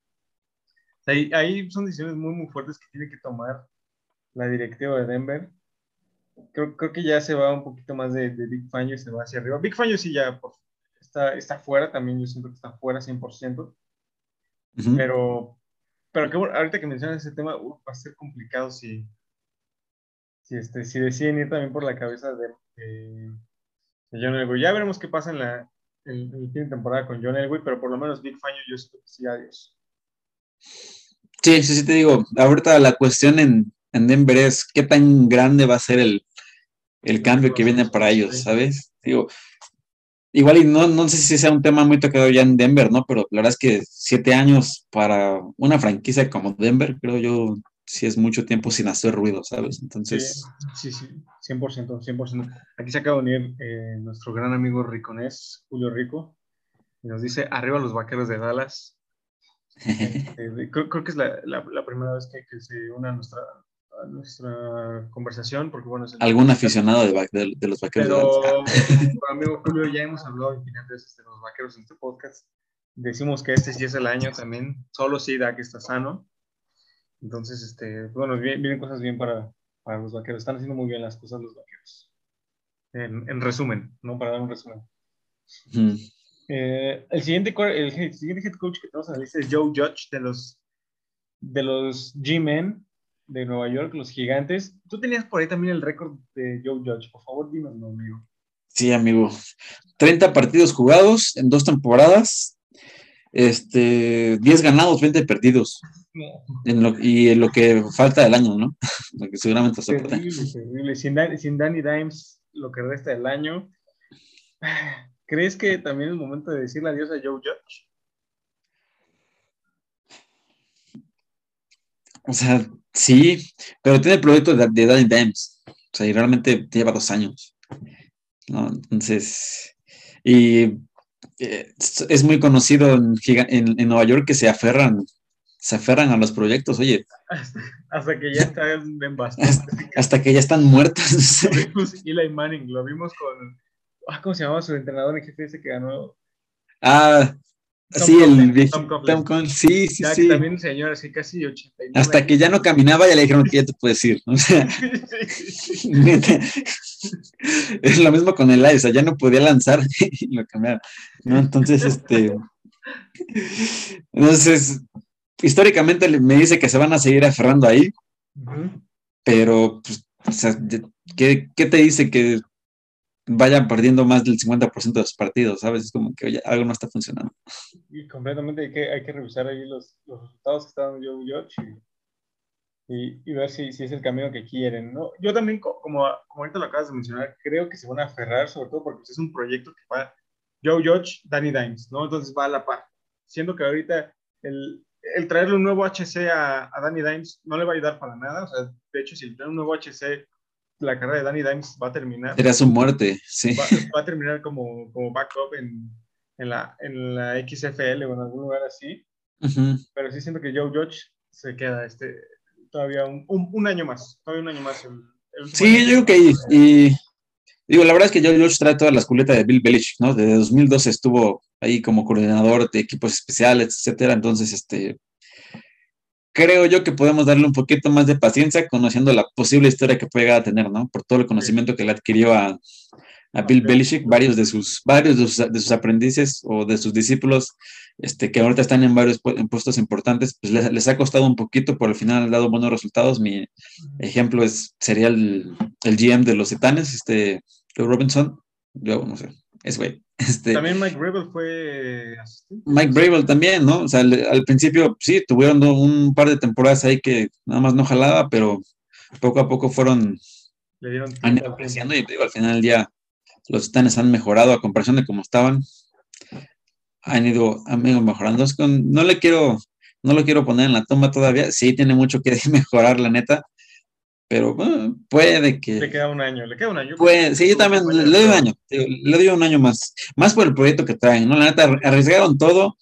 O sea, ahí son decisiones muy, muy fuertes que tiene que tomar la directiva de Denver. Creo que ya se va un poquito más de Big Fangio y se va hacia arriba. Big Fangio sí ya está fuera también, yo siento que está fuera 100%. Uh-huh. Pero que bueno, ahorita que mencionas ese tema, va a ser complicado si deciden ir también por la cabeza de John Elway. Ya veremos qué pasa en el fin de temporada con John Elway, pero por lo menos Big Fangio yo siento que sí, adiós. Sí, te digo, ahorita la cuestión en Denver es qué tan grande va a ser el cambio que viene para ellos, ¿sabes? Digo, igual y no sé si sea un tema muy tocado ya en Denver, ¿no? Pero la verdad es que 7 años para una franquicia como Denver, creo yo, sí es mucho tiempo sin hacer ruido, ¿sabes? Entonces... Sí, 100%. Aquí se acaba de unir nuestro gran amigo riconés, Julio Rico, y nos dice, arriba los Vaqueros de Dallas. Creo que es la primera vez que se une a nuestra conversación, porque bueno... Algún aficionado de los Vaqueros de Dallas. Pero, amigo Julio, ya hemos hablado infinidad de veces de los Vaqueros en este podcast. Decimos que este sí es el año también, solo si Dak está sano. Entonces, bueno, vienen cosas bien para los Vaqueros. Están haciendo muy bien las cosas los Vaqueros. En resumen, ¿no? Para dar un resumen. Mm. El siguiente head coach que tenemos en la lista es Joe Judge de los G-Men de Nueva York, los Gigantes. Tú tenías por ahí también el récord de Joe Judge. Por favor, dímelo, amigo. Sí, amigo. 30 partidos jugados en 2 temporadas. 10 ganados, 20 perdidos. No. En lo que falta del año, ¿no? Lo que seguramente se puede. Terrible. Sin Danny Dimes, lo que resta del año. ¿Crees que también es el momento de decirle adiós a Joe Judge? O sea, sí, pero tiene el proyecto de Danny Dimes. O sea, y realmente lleva 2 años, ¿no? Entonces, y es muy conocido en Nueva York que se aferran a los proyectos, oye. Hasta que ya están en bastante. Hasta que ya están muertos. Lo vimos Eli Manning, lo vimos con... ¿Cómo se llamaba su entrenador en jefe ese que ganó? Tom Coughlin. Sí. También, señor, así casi 89. Hasta que ya no caminaba, ya le dijeron que ya te puedes ir. O sea, es lo mismo con el Elias, o sea, ya no podía lanzar y lo cambiaron, ¿no? Entonces, Entonces, históricamente me dice que se van a seguir aferrando ahí, pero, pues, o sea, ¿qué te dice que vayan perdiendo más del 50% de los partidos? ¿Sabes? Es como que, oye, algo no está funcionando. Y completamente hay que revisar ahí los resultados que está dando Joe Judge y ver si es el camino que quieren, ¿no? Yo también, como ahorita lo acabas de mencionar, creo que se van a aferrar, sobre todo porque es un proyecto que va Joe Judge, Danny Dimes, ¿no? Entonces va a la par. Siendo que ahorita el traerle un nuevo HC a Danny Dimes no le va a ayudar para nada. O sea, de hecho, si le trae un nuevo HC, la carrera de Danny Dimes va a terminar. Sería su muerte, sí. Va a terminar como backup en la XFL o en algún lugar así. Pero sí siento que Joe Judge se queda todavía un año más. Todavía un año más. Sí, yo creo que y digo, la verdad es que Joe Judge trae toda la esculeta de Bill Belichick, ¿no? Desde 2012 estuvo ahí como coordinador de equipos especiales, etcétera. Entonces, creo yo que podemos darle un poquito más de paciencia conociendo la posible historia que puede llegar a tener, ¿no? Por todo el conocimiento que le adquirió a Bill Belichick, varios de sus aprendices o de sus discípulos, que ahorita están en varios puestos importantes, pues les ha costado un poquito, pero al final han dado buenos resultados. Mi ejemplo sería el GM de los Titanes, Joe Robinson. Yo no sé, es güey. También Mike Vrabel fue asistente. Mike Vrabel también, ¿no? O sea, al principio sí, tuvieron un par de temporadas ahí que nada más no jalaba, pero poco a poco han ido creciendo y digo, al final del día los Titanes han mejorado a comparación de cómo estaban. Han ido mejorando. No lo quiero poner en la tumba todavía. Sí, tiene mucho que mejorar, la neta. Pero bueno, puede que. Le queda un año. Sí, yo también le doy un año. Le doy un año más. Más por el proyecto que traen, ¿no? La neta, arriesgaron todo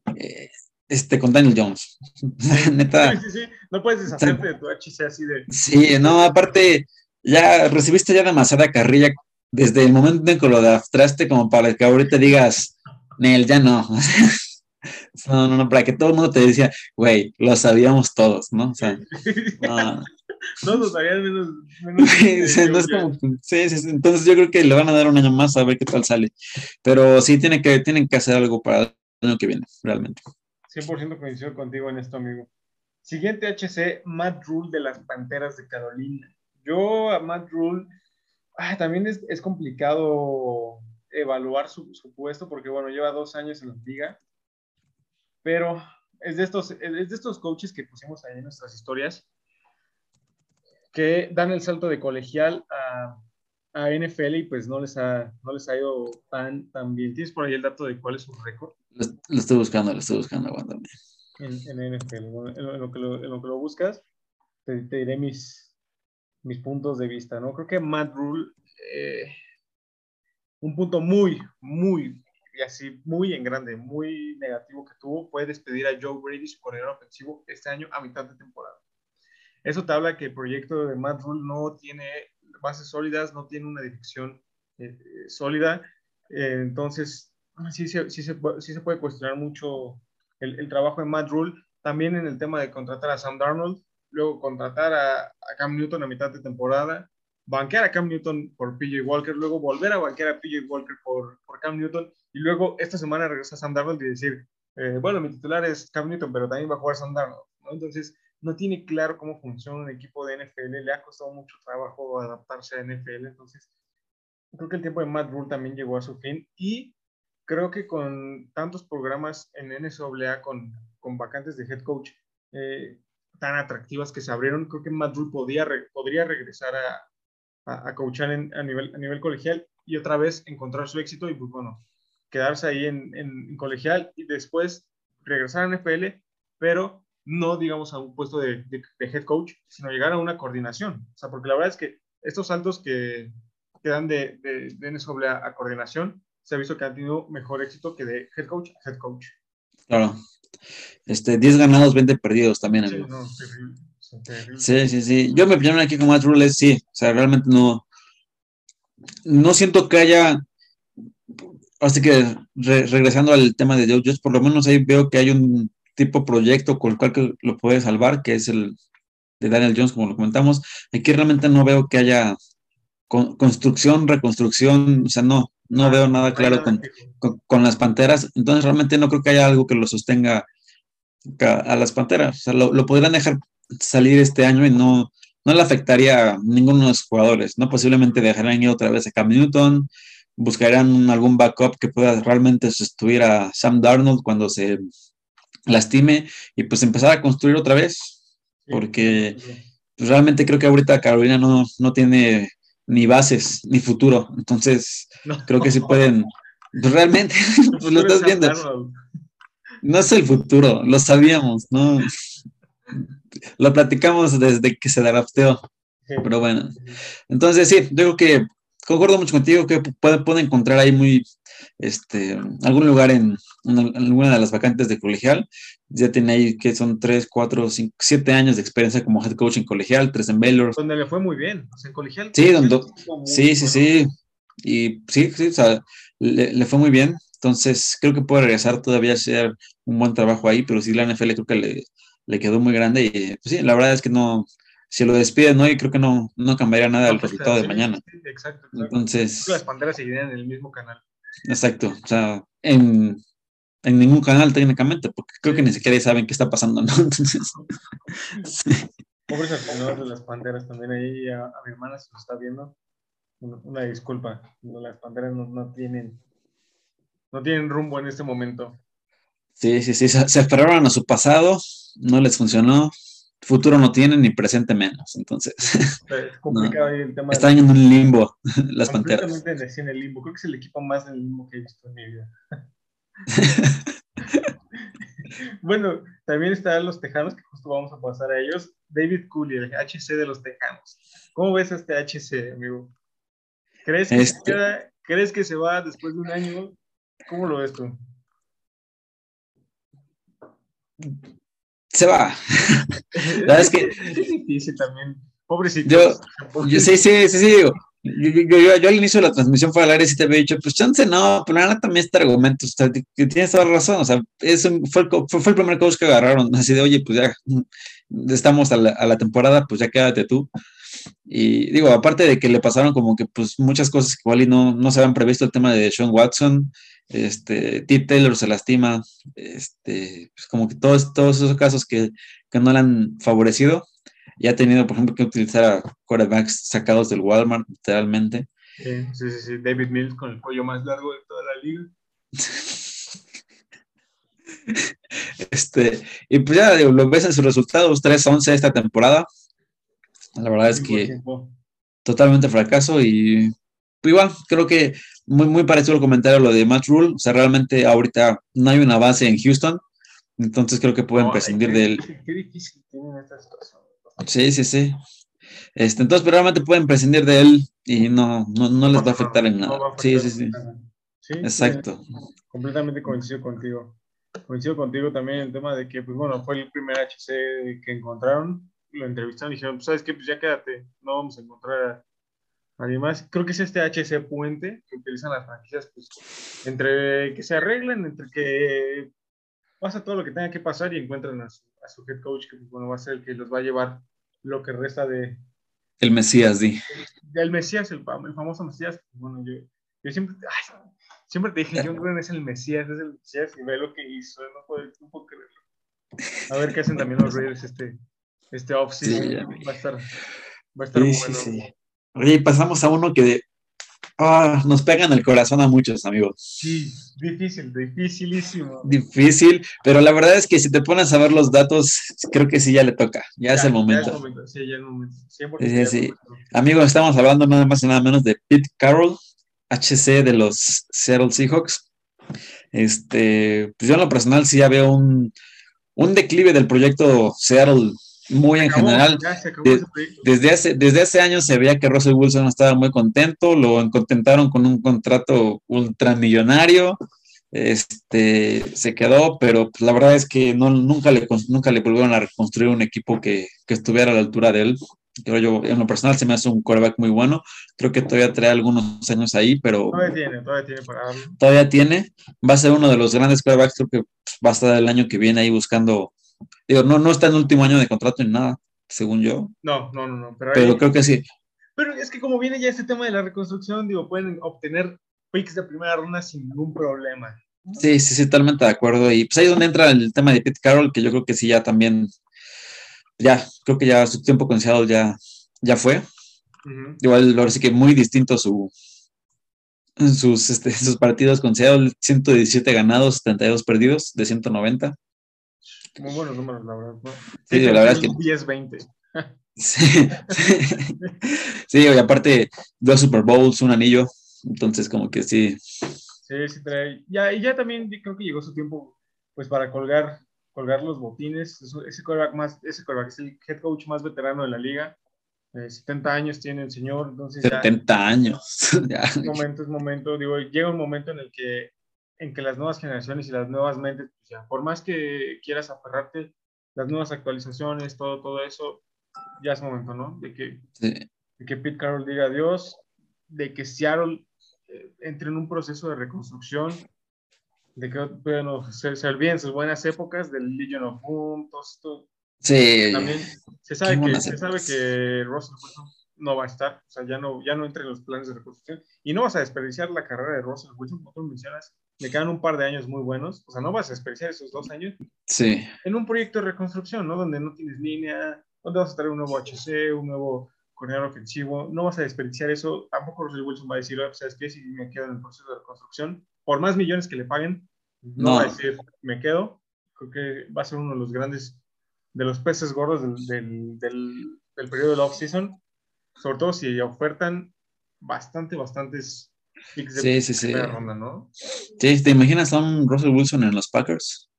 con Daniel Jones. Neta. Sí. No puedes deshacerte de tu HC así de. Sí, no, aparte, ya recibiste ya demasiada carrilla desde el momento en que lo draftaste como para que ahorita digas, Nel, ya no. No, para que todo el mundo te decía, güey, lo sabíamos todos, ¿no? O sea, no. No lo sabían menos no es como, sí, entonces yo creo que le van a dar un año más a ver qué tal sale. Pero sí tienen que hacer algo para el año que viene, realmente. 100% coincido contigo en esto, amigo. Siguiente HC, Matt Rule de las Panteras de Carolina. Yo a Matt Rule, también es complicado evaluar su puesto porque, bueno, lleva 2 años en la liga, pero es de estos coaches que pusimos ahí en nuestras historias que dan el salto de colegial a NFL y pues no les ha ido tan bien. ¿Tienes por ahí el dato de cuál es su récord? Lo estoy buscando, aguántame. En NFL. En lo que lo buscas, te diré mis puntos de vista, ¿no? Creo que Matt Rule, un punto muy, muy, y así, muy en grande, muy negativo que tuvo, fue despedir a Joe Brady, su coordinador ofensivo, este año a mitad de temporada. Eso te habla que el proyecto de Matt Rule no tiene bases sólidas, no tiene una dirección sólida. Entonces, sí se puede cuestionar mucho el trabajo de Matt Rule. También en el tema de contratar a Sam Darnold, luego contratar a Cam Newton a mitad de temporada, banquear a Cam Newton por PJ Walker, luego volver a banquear a PJ Walker por Cam Newton, y luego esta semana regresa Sam Darnold y decir, bueno, mi titular es Cam Newton, pero también va a jugar Sam Darnold, ¿no? Entonces, no tiene claro cómo funciona un equipo de NFL, le ha costado mucho trabajo adaptarse a NFL, entonces creo que el tiempo de Matt Rule también llegó a su fin, y creo que con tantos programas en NCAA con vacantes de head coach tan atractivas que se abrieron, creo que Matt Rule podría regresar a coachar a nivel colegial y otra vez encontrar su éxito y pues bueno, quedarse ahí en colegial y después regresar a NFL, pero no, digamos, a un puesto de head coach, sino llegar a una coordinación. O sea, porque la verdad es que estos saltos que dan de NCAA a coordinación, se ha visto que han tenido mejor éxito que de head coach a head coach. Claro. 10 ganados, 20 perdidos también. Sí, no, terrible. Sí. Yo mi opinión aquí con Matt Rule es sí. O sea, realmente no siento que haya. Así que regresando al tema de Joe Judge, por lo menos ahí veo que hay un tipo de proyecto con el cual que lo puede salvar, que es el de Daniel Jones, como lo comentamos. Aquí realmente no veo que haya construcción, reconstrucción, o sea, no. no veo nada no hay claro nada fijo. con las Panteras, entonces realmente no creo que haya algo que lo sostenga a las Panteras. O sea, lo podrían dejar salir este año y no le afectaría a ninguno de los jugadores, ¿no? Posiblemente dejarán ir otra vez a Cam Newton, buscarán algún backup que pueda realmente sustituir a Sam Darnold cuando se lastime y pues empezar a construir otra vez, Sí, porque pues, realmente creo que ahorita Carolina no tiene ni bases ni futuro, entonces no. creo que sí pueden, pues realmente, El pues lo futuro es estás Sam viendo, Darnold. no es el futuro, lo sabíamos, ¿no? Lo platicamos desde que se drafteó, Sí. pero bueno. Entonces, sí, yo creo que concuerdo mucho contigo que puede encontrar ahí algún lugar en alguna de las vacantes de colegial. Ya tiene ahí que son 3, 4, 5, 7 años de experiencia como head coach en colegial, 3 en Baylor. Donde le fue muy bien, o sea, en colegial. Sí, Estuvo muy sí, bueno. sí. Y sí, o sea, le fue muy bien. Entonces, creo que puede regresar todavía a hacer un buen trabajo ahí, pero sí, la NFL creo que le quedó muy grande. Y pues sí, la verdad es que no, si lo despiden hoy, creo que no cambiaría nada No el afecta, resultado de sí, mañana. sí, exacto. Creo que las Entonces, Panteras seguirían en el mismo canal. exacto. O sea, en ningún canal técnicamente, porque creo que ni Sí. siquiera saben qué está pasando, ¿no? Entonces, sí. Pobres aficionados de las Panteras también ahí, a mi hermana se lo está viendo. Una disculpa, las Panteras no tienen rumbo en este momento. Sí, se aferraron a su pasado, no les funcionó, futuro no tienen ni presente menos, entonces Es no, complicado ahí el tema de están en un limbo las Panteras. completamente en el limbo. Creo que es el equipo más en el limbo que he visto en mi vida. Bueno, también están los Tejanos, que justo vamos a pasar a ellos. David Cooley, el HC de los Tejanos. ¿Cómo ves a este HC, amigo? ¿Crees que se queda? ¿Crees que se va después de un año? ¿Cómo lo ves tú? Se va. Es que es difícil también. Pobrecito. Yo sí, digo. Yo al inicio de la transmisión fuera al aire sí te había dicho, pues chance no, pero la neta también este argumento, o sea, que tienes toda la razón, o sea, fue el primer coach que agarraron, así de, oye, pues ya estamos a la temporada, pues ya quédate tú. Y digo, aparte de que le pasaron como que pues muchas cosas que igual y no se habían previsto, el tema de Sean Watson, T. Taylor se lastima, pues como que todos esos casos que no le han favorecido, y ha tenido, por ejemplo, que utilizar a quarterbacks sacados del Walmart, literalmente. Sí. David Mills con el cuello más largo de toda la liga. Y pues ya digo, lo ves en sus resultados, 3-11 esta temporada. La verdad es que totalmente fracaso y igual, creo que muy parecido al comentario lo de Matt Rule, o sea, realmente ahorita no hay una base en Houston, entonces creo que pueden prescindir de él. Qué difícil tienen esta situación. Sí. Entonces, pero realmente pueden prescindir de él y no les va a afectar en nada. Sí. Exacto. Completamente coincido contigo. Coincido contigo también en el tema de que, pues bueno, fue el primer HC que encontraron, lo entrevistaron y dijeron, pues sabes qué, pues ya quédate, no vamos a encontrar a nadie más. Creo que es este HC puente que utilizan las franquicias, pues, entre que se arreglen, entre que pasa todo lo que tenga que pasar y encuentran a su head coach, que pues, bueno, va a ser el que los va a llevar lo que resta de... El Mesías, El Mesías, el famoso Mesías. Bueno, yo siempre te dije, John Gruden es el Mesías, y ve lo que hizo, no puedo creerlo. A ver qué hacen también los Raiders este off-season. Sí, va a estar bueno. Sí. Oye, pasamos a uno que nos pega en el corazón a muchos, amigos. Sí, dificilísimo. Difícil, pero la verdad es que si te pones a ver los datos, creo que sí ya le toca, ya es el momento. Sí, ya es el momento. Sí. Amigos, estamos hablando nada más y nada menos de Pete Carroll, HC de los Seattle Seahawks. Pues yo en lo personal sí ya veo un declive del proyecto Seattle muy en general. Desde hace años se veía que Russell Wilson no estaba muy contento, lo contentaron con un contrato ultramillonario, se quedó, pero pues, la verdad es que nunca le volvieron a reconstruir un equipo que estuviera a la altura de él. Creo yo, en lo personal, se me hace un quarterback muy bueno. Creo que todavía trae algunos años ahí, pero todavía tiene. Va a ser uno de los grandes quarterbacks. Creo que va a estar el año que viene ahí buscando. Digo, no está en el último año de contrato ni nada, según yo. No. Pero creo que sí. Pero es que como viene ya este tema de la reconstrucción, digo, pueden obtener picks de primera ronda sin ningún problema. Sí, totalmente de acuerdo. Y pues ahí es donde entra el tema de Pete Carroll, que yo creo que sí, ya también, creo que ya su tiempo con Seattle ya fue. Uh-huh. Igual, ahora sí que muy distinto sus partidos con Seattle, 117 ganados, 72 perdidos de 190. Muy buenos números, la verdad, ¿no? Sí, la verdad es que 10-20. sí, sí, y aparte 2 Super Bowls, un anillo, entonces como que sí. Sí, trae. Ya también creo que llegó su tiempo pues para colgar los botines. Ese quarterback es el head coach más veterano de la liga. 70 años tiene el señor, entonces 70 años. Ya. Es momento, digo, llega un momento en que las nuevas generaciones y las nuevas mentes, pues ya, por más que quieras aferrarte, las nuevas actualizaciones, todo eso, ya es momento, ¿no? Sí. De que Pete Carroll diga adiós, de que Seattle entre en un proceso de reconstrucción, de que bueno, se olviden sus buenas épocas del Legion of Boom, todo esto. Sí. También se sabe que Russell Wilson no va a estar, o sea, ya no entra en los planes de reconstrucción y no vas a desperdiciar la carrera de Russell Wilson, como tú mencionas, le quedan un par de años muy buenos, o sea, no vas a desperdiciar esos 2 años en un proyecto de reconstrucción, ¿no? Donde no tienes línea, donde vas a traer un nuevo HC, un nuevo coordinador ofensivo, no vas a desperdiciar eso, tampoco Russell Wilson va a decir, ¿sabes qué? Si me quedo en el proceso de reconstrucción, por más millones que le paguen, no va a decir, me quedo, creo que va a ser uno de los grandes, de los peces gordos del periodo del off-season, sobre todo si ofertan bastantes picks de primera ronda, ¿no? Sí, ¿te imaginas a un Russell Wilson en los Packers?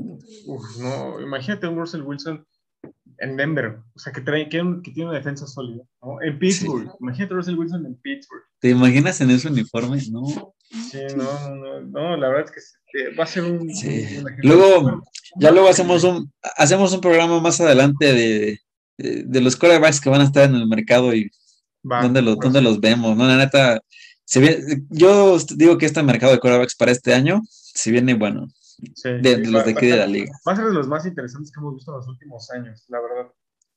No, imagínate un Russell Wilson en Denver, o sea, que tiene una defensa sólida, ¿no? En Pittsburgh, sí. Imagínate Russell Wilson en Pittsburgh. ¿Te imaginas en ese uniforme? No. Sí, no, la verdad es que va a ser un... Sí. Luego hacemos un programa más adelante de los quarterbacks que van a estar en el mercado y dónde los vemos, ¿no? La neta, yo digo que este mercado de quarterbacks para este año, si viene bueno, de los de aquí de la liga. Va a ser de los más interesantes que hemos visto en los últimos años, la verdad.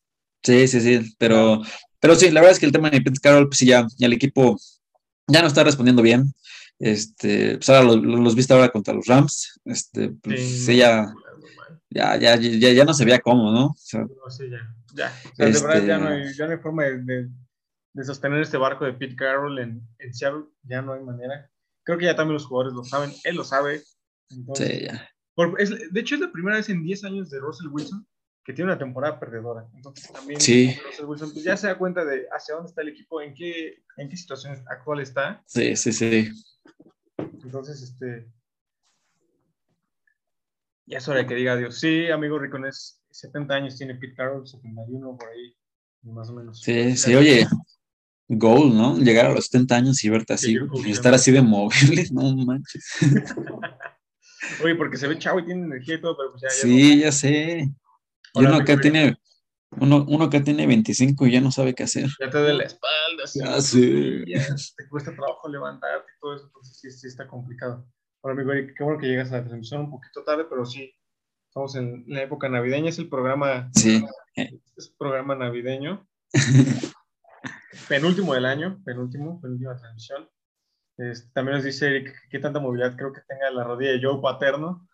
Sí, pero sí, la verdad es que el tema de Pete Carroll, pues sí, ya el equipo ya no está respondiendo bien. Pues ahora los viste ahora contra los Rams. Pues sí, ya no se veía cómo, ¿no? O sea, no, sí, ya. O sea, de verdad ya no hay forma de sostener este barco de Pete Carroll en Seattle. Ya no hay manera. Creo que ya también los jugadores lo saben. Él lo sabe. Entonces, sí, ya. De hecho, es la primera vez en 10 años de Russell Wilson que tiene una temporada perdedora. Entonces, también Russell Wilson pues, ya se da cuenta de hacia dónde está el equipo, en qué situación actual está. Sí. Entonces, ya es hora de que diga adiós. Sí, amigo Ricones, 70 años tiene Pete Carroll, 71 por ahí, más o menos. Sí, oye, goal, ¿no? Llegar a los 70 años y verte así, y estar así de móvil, no manches. Oye, porque se ve chavo y tiene energía y todo, pero pues ya sí, ya sé. Y uno acá tiene 25 y ya no sabe qué hacer. Ya te duele la espalda, ya sé. Te cuesta trabajo levantarte y todo eso, entonces sí está complicado. Bueno, amigo, qué bueno que llegas a la transmisión un poquito tarde, pero sí, estamos en la época navideña, es el programa, es programa navideño, penúltimo del año, penúltima transmisión. También nos dice Eric, ¿qué tanta movilidad creo que tenga la rodilla de Joe Paterno?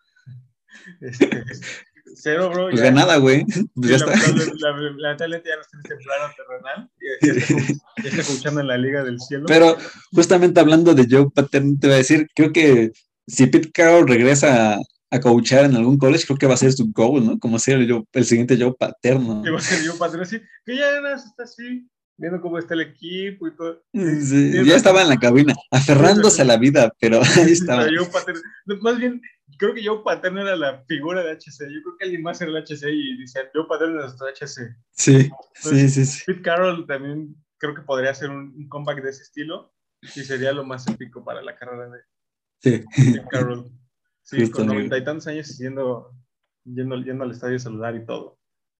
Cero, bro. Pues ya nada, güey. Pues lamentablemente ya no está en este plano terrenal. Ya está escuchando en la Liga del Cielo. Pero justamente hablando de Joe Paterno, te voy a decir, creo que si Pete Carroll regresa a coachar en algún college, creo que va a ser su goal, ¿no? Como ser el siguiente Joe Paterno. Que va a ser Joe Paterno, sí. Que ya está así, viendo cómo está el equipo y todo. Sí, ya estaba en la cabina, aferrándose a la vida, pero ahí estaba. Joe Paterno, más bien, creo que Joe Paterno era la figura de HC. Yo creo que alguien más era el HC y decían, Joe Paterno es nuestro HC. Sí. Pete Carroll también creo que podría hacer un comeback de ese estilo y sería lo más épico para la carrera de Pete Carroll. Sí, justo, con 90 y tantos años yendo al estadio a saludar y todo.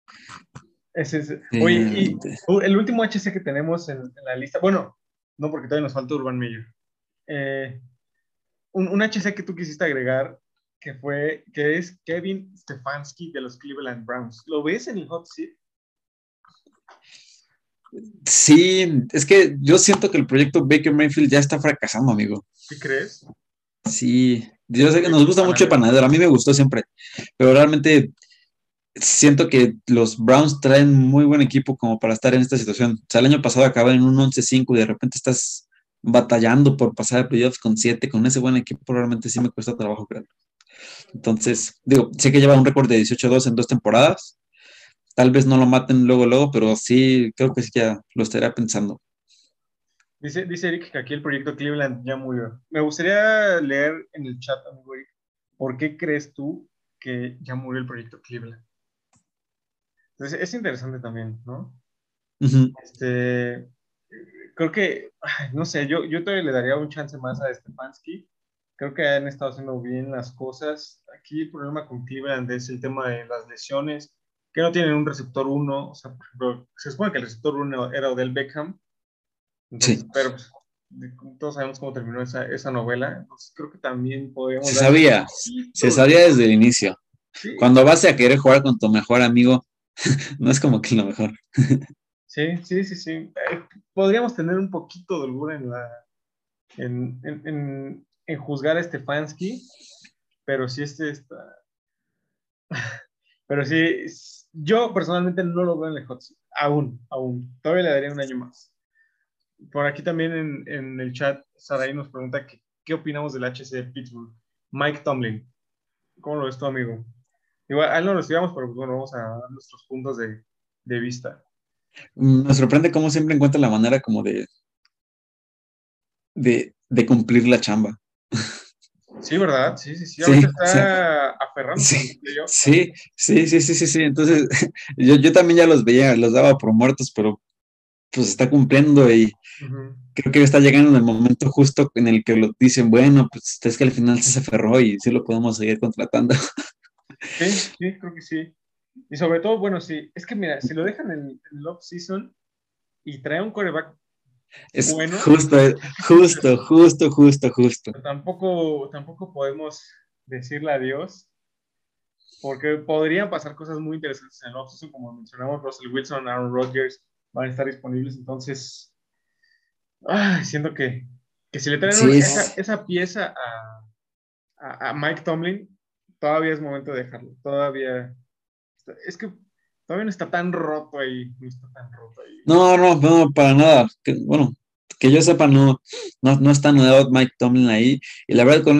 Oye, y el último HC que tenemos en la lista, bueno, no porque todavía nos falta Urban Meyer. Un HC que tú quisiste agregar, que es Kevin Stefanski de los Cleveland Browns. ¿Lo ves en el hot seat? Sí, es que yo siento que el proyecto Baker Mayfield ya está fracasando, amigo. ¿Sí crees? Sí, yo El sé que nos proyecto gusta mucho el panadero. panadero, a mí me gustó siempre, pero realmente siento que los Browns traen muy buen equipo como para estar en esta situación. O sea, el año pasado acabaron en un 11-5 y de repente estás batallando por pasar a playoffs con 7 con ese buen equipo, realmente sí me cuesta trabajo creer. Entonces, digo, sé que lleva un récord de 18-2 en 2 temporadas, tal vez no lo maten luego, luego, pero sí, creo que sí ya lo estaría pensando. Dice Eric que aquí el proyecto Cleveland ya murió. Me gustaría leer en el chat, amigo Eric, ¿por qué crees tú que ya murió el proyecto Cleveland? Entonces, es interesante también, ¿no? Ujú. Este, creo que, ay, no sé, yo todavía le daría un chance más a Stefanski. Creo que han estado haciendo bien las cosas. Aquí el problema con Cleveland es el tema de las lesiones, que no tienen un receptor uno. O sea, por ejemplo, se supone que el receptor uno era Odell Beckham. Entonces, Sí, pero pues, todos sabemos cómo terminó esa novela. Entonces, creo que también podríamos se darle un sabía, se poquito de sabía desde chance. el inicio. Sí, Cuando vas a querer jugar con tu mejor amigo, no es como que lo mejor. sí. Podríamos tener un poquito de holgura en juzgar a Stefanski, pero sí pero sí, yo personalmente no lo veo en el hot seat. Aún. Todavía le daría un año más. Por aquí también en el chat, Sarai nos pregunta qué opinamos del HC de Pittsburgh. Mike Tomlin, ¿cómo lo ves tu amigo? Igual, a él no lo estudiamos, pero pues, bueno, vamos a dar nuestros puntos de vista. Me sorprende cómo siempre encuentra la manera como de cumplir la chamba. Sí, ¿verdad? Sí. Sí, Ahorita o sea, está aferrándose a los sí, playoffs sí, también. sí. Entonces, yo también ya los veía, los daba por muertos, pero pues está cumpliendo y Ujú. creo que está llegando en el momento justo en el que lo dicen, bueno, pues es que al final sí se aferró y sí lo podemos seguir contratando. Sí, creo que sí. Y sobre todo, bueno, sí, es que mira, si lo dejan en el off-season y trae un quarterback Es bueno, justo, es que justo. tampoco podemos decirle adiós, porque podrían pasar cosas muy interesantes en el off-season, como mencionamos, Russell Wilson, Aaron Rodgers van a estar disponibles, entonces, siento que si le traen Sí, esa pieza a Mike Tomlin, todavía es momento de dejarlo, es que todavía no está tan roto ahí, no está tan roto ahí. no, para nada. Bueno, que yo sepa, no está nuevo Mike Tomlin ahí. Y la verdad,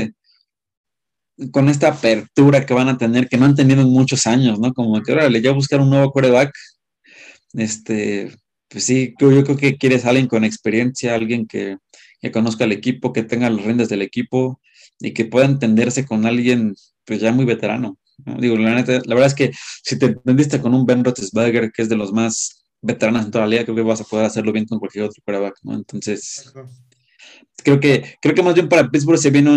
con esta apertura que van a tener, que no han tenido en muchos años, ¿no? Como que ahora le ya buscar un nuevo quarterback, este, pues sí, yo creo que quieres a alguien con experiencia, alguien que conozca el equipo, que tenga las riendas del equipo y que pueda entenderse con alguien, pues ya muy veterano, ¿no? Digo, la neta, la verdad es que si te entendiste con un Ben Roethlisberger, que es de los más veteranos en toda la liga, creo que vas a poder hacerlo bien con cualquier otro quarterback, ¿no? Entonces, Exacto. creo que más bien para Pittsburgh se viene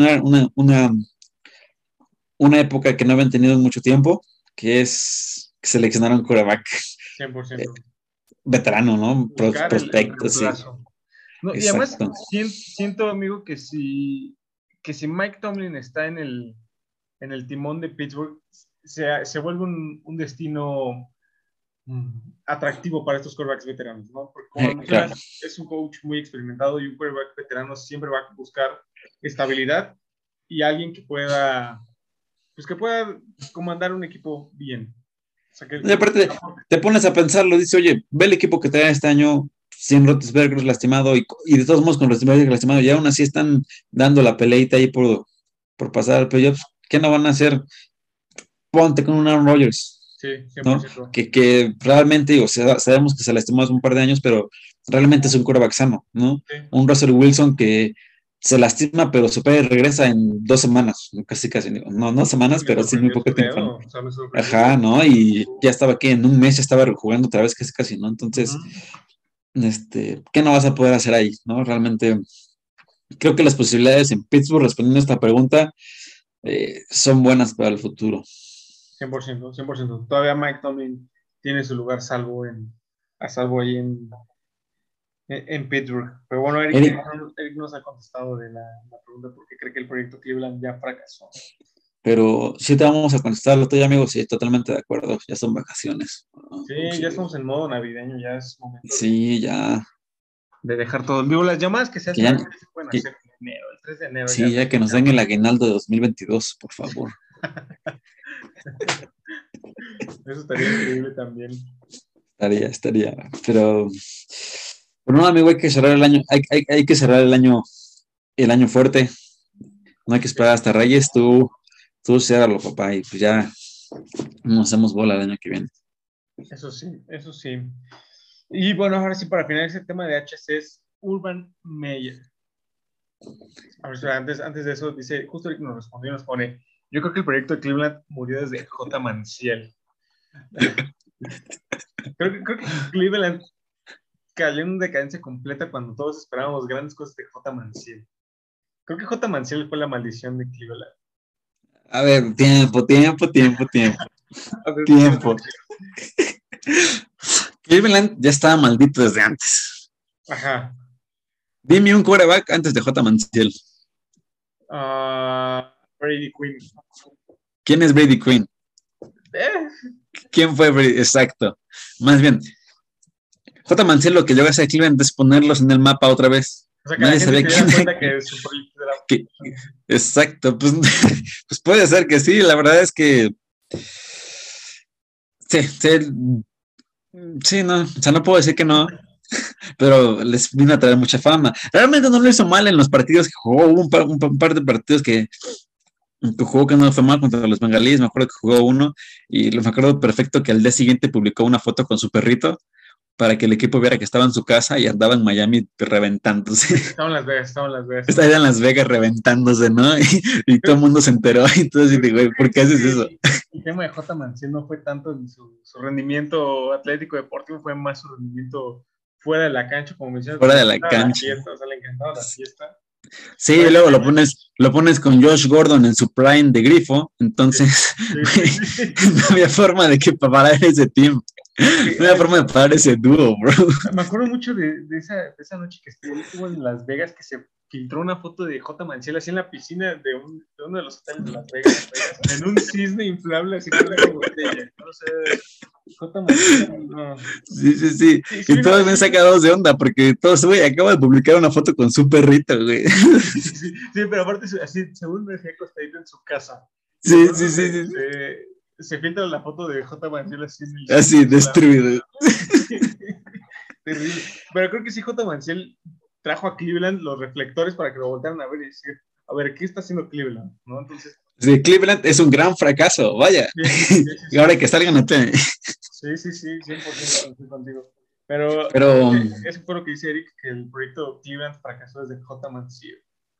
una época que no habían tenido en mucho tiempo, que es que seleccionaron quarterback 100%. veterano, ¿no? Buscar el Prospecto, sí, reemplazo. No, y además exacto. siento, amigo, que si Mike Tomlin está en el timón de Pittsburgh, se vuelve un destino atractivo para estos quarterbacks veteranos, ¿no? Porque como lo Claro. mencionas, es un coach muy experimentado y un quarterback veterano siempre va a buscar estabilidad y alguien que pueda comandar un equipo bien. O sea, Y aparte, te pones a pensarlo, dice, oye, ve el equipo que trae este año sin Roethlisberger lastimado y de todos modos con Roethlisberger lastimado y aún así están dando la peleita ahí por pasar al playoffs. ¿Qué no van a hacer? Ponte con un Aaron Rodgers, sí, ¿no? 100%. Que realmente, digo, sabemos que se lastimó hace un par de años, pero realmente es un quarterback sano, ¿no? Sí. Un Russell Wilson que se lastima, pero se puede regresa en 2 semanas, casi, no Sí, semanas, me pero sí muy sorprendió poco su tiempo, ¿no? dedo, o sea, me sorprendió. Ajá, ¿no? Y ya estaba aquí en un mes, ya estaba jugando otra vez casi, ¿no? Entonces, Ujú. ¿qué no vas a poder hacer ahí, ¿no? Realmente, creo que las posibilidades en Pittsburgh, respondiendo a esta pregunta, son buenas para el futuro. 100%, 100%. Todavía Mike Tomlin tiene su lugar a salvo ahí en Pittsburgh. Pero bueno, Eric, Eric nos ha contestado de la pregunta porque cree que el proyecto Cleveland ya fracasó. Pero sí te vamos a contestar lo tuyo, amigo, sí, totalmente de acuerdo, ya son vacaciones. Sí, ya estamos en modo navideño, ya es momento Sí, ya, de dejar todo. Digo, las llamadas que se que hacen ya, ahorita se pueden que- hacer en enero, el 3 de enero ya. sí, ya que nos den el aguinaldo de 2022, por favor. Eso estaría increíble también. Estaría, pero no, amigo, hay que cerrar el año, hay que cerrar el año fuerte, no hay que esperar hasta Reyes, tú ciérralo, papá, y pues ya nos hacemos bola el año que viene. Eso sí, eso sí. Y bueno, ahora sí, para finalizar el tema de HC es Urban Meyer. A ver, espera, antes de eso, dice, justo ahorita nos respondió y nos pone, yo creo que el proyecto de Cleveland murió desde J. Manciel. creo que Cleveland cayó en decadencia completa cuando todos esperábamos grandes cosas de J. Manciel. Creo que J. Manciel fue la maldición de Cleveland. A ver, tiempo. Cleveland ya estaba maldito desde antes. Ajá. Dime un quarterback antes de J. Manciel. Brady Quinn. ¿Quién es Brady Quinn? ¿Quién fue Brady? Exacto. Más bien, J. Manciel lo que llegó a hacer Cleveland es ponerlos en el mapa otra vez. O sea, que Nadie la gente sabía se diera quién cuenta que su proyecto era... Exacto, pues, pues puede ser que sí, la verdad es que sí, no, o sea, no puedo decir que no, pero les vino a traer mucha fama. Realmente no lo hizo mal en los partidos que jugó, hubo un par de partidos que jugó que no fue mal contra los bengalíes, me acuerdo que jugó uno y me acuerdo perfecto que al día siguiente publicó una foto con su perrito para que el equipo viera que estaba en su casa y andaba en Miami reventándose. Estaba en Las Vegas. Estaba en Las Vegas reventándose, ¿no? Y todo el mundo se enteró y todo así de, güey, ¿por qué haces eso? El tema de J. Manciel no fue tanto en su rendimiento atlético deportivo, fue más su rendimiento fuera de la cancha, como mencionas. Fuera de la cancha. Fiesta, o sea, le encantaba la fiesta. Sí, y luego lo pones con Josh Gordon en su prime de grifo, entonces Sí. no había forma de que parar ese team. No había forma de parar ese dúo, bro. Me acuerdo mucho de esa noche que estuvo en Las Vegas, que se filtró una foto de J. Manciel así en la piscina de uno de los hoteles de Las Vegas, en un cisne inflable así con una botella. No sé, J. Manciel, no. Sí. Y todos ven sacados de onda porque todos, güey, acaba de publicar una foto con su perrito, güey. Sí, pero aparte, así, según me decía acostadito en su casa. Sí. Se filtra la foto de J. Manciel así destruido. Terrible. Pero creo que sí, J. Manciel trajo a Cleveland los reflectores para que lo voltearan a ver y decir, a ver, ¿qué está haciendo Cleveland? ¿No? Entonces, sí, Cleveland es un gran fracaso, vaya. Sí. Y ahora que salgan a tener. Sí, 100% estoy contigo. Pero eso fue lo que dice Eric, que el proyecto Cleveland fracasó desde J. Manciel.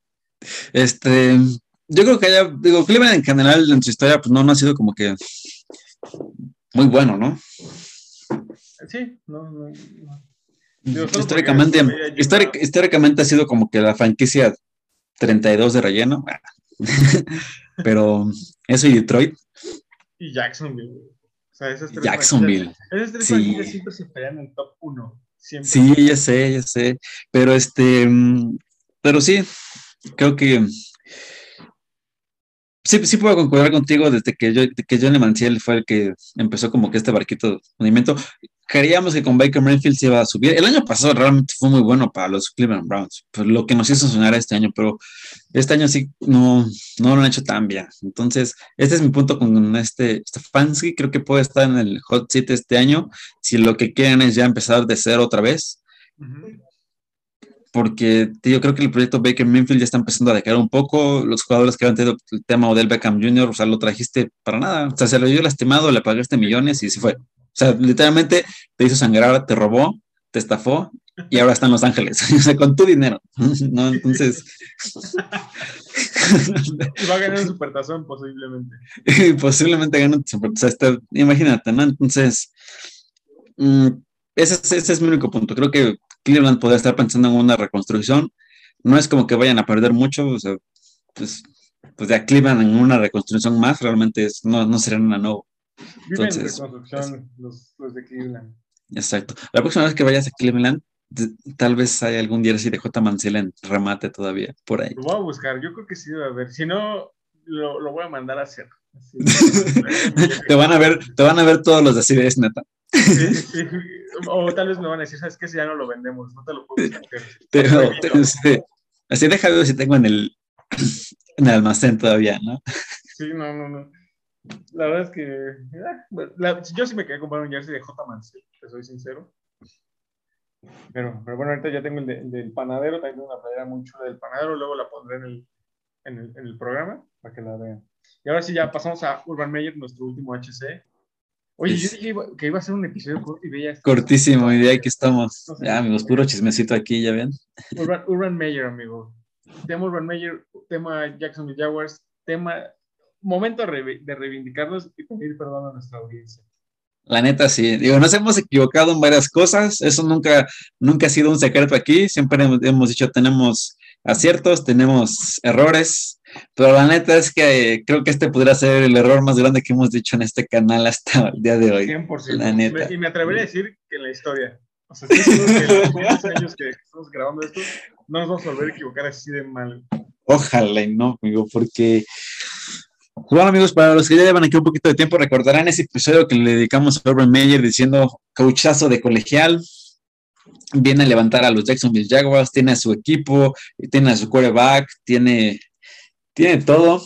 Yo creo que Cleveland en general en su historia pues no ha sido como que muy bueno, ¿no? Sí, no. Digo, históricamente ha sido como que la franquicia 32 de relleno, pero eso y Detroit. Y Jacksonville. O sea, esas tres Jacksonville. franquicias siempre se pelean en top 1. Siempre. Sí, ya sé. Pero sí, creo que sí puedo concordar contigo desde que Johnny Manciel fue el que empezó como que este barquito de movimiento. Creíamos que con Baker Mayfield se iba a subir. El año pasado realmente fue muy bueno para los Cleveland Browns, pues lo que nos hizo soñar este año, pero este año sí no lo han hecho tan bien. Entonces, este es mi punto con Stefanski. Creo que puede estar en el hot seat este año si lo que quieren es ya empezar de cero otra vez. Uh-huh. Porque yo creo que el proyecto Baker Mayfield ya está empezando a decaer un poco. Los jugadores que habían tenido el tema Odell Beckham Jr., o sea, lo trajiste para nada. O sea, se lo dio lastimado, le pagaste millones y se fue. O sea, literalmente te hizo sangrar, te robó, te estafó y ahora está en Los Ángeles. O sea, con tu dinero. ¿No? Entonces. Y va a ganar un supertazón posiblemente. Posiblemente gane un supertazón. Imagínate, ¿no? Entonces, ese es mi único punto. Creo que Cleveland podría estar pensando en una reconstrucción. No es como que vayan a perder mucho. O sea, pues ya Cleveland en una reconstrucción más realmente no sería una nueva. Viven en reconstrucción los de Cleveland. Exacto. La próxima vez que vayas a Cleveland, tal vez haya algún jersey de J. Manciel en remate todavía, por ahí. Lo voy a buscar, yo creo que sí debe haber. Si no, lo voy a mandar a hacer. Así, Te van a ver todos los de CBS, neta. sí. O tal vez me van a decir, ¿sabes qué? Si ya no lo vendemos, no te lo puedo escoger. Así deja ver si tengo en el almacén todavía, ¿no? Sí, no. La verdad es que yo sí me quedé comprar un jersey de J. Mansell, te soy sincero. Pero bueno, ahorita ya tengo el del panadero, también tengo una playera muy chula del panadero, luego la pondré en el programa para que la vean. Y ahora sí ya pasamos a Urban Meyer, nuestro último HC. Oye, yo dije que iba a ser un episodio corto y veía... Cortísimo, y de ahí que estamos. No sé, Ya, amigos, puro chismecito aquí, ¿ya ven? Urban Meyer, amigo. Tema Urban Meyer, tema Jacksonville Jaguars, tema... Momento de reivindicarnos y pedir perdón a nuestra audiencia. La neta, sí. Digo, nos hemos equivocado en varias cosas. Eso nunca ha sido un secreto aquí. Siempre hemos dicho, tenemos aciertos, tenemos errores. Pero la neta es que creo que este podría ser el error más grande que hemos dicho en este canal hasta el día de hoy. 100%. La neta. Y me atrevería a decir que en la historia. O sea, estoy seguro que en los 10 años que estamos grabando esto, no nos vamos a volver a equivocar así de mal. Ojalá y no, amigo, porque... Bueno, amigos, para los que ya llevan aquí un poquito de tiempo, recordarán ese episodio que le dedicamos a Urban Meyer diciendo coachazo de colegial, viene a levantar a los Jacksonville Jaguars, tiene a su equipo, tiene a su quarterback, tiene todo.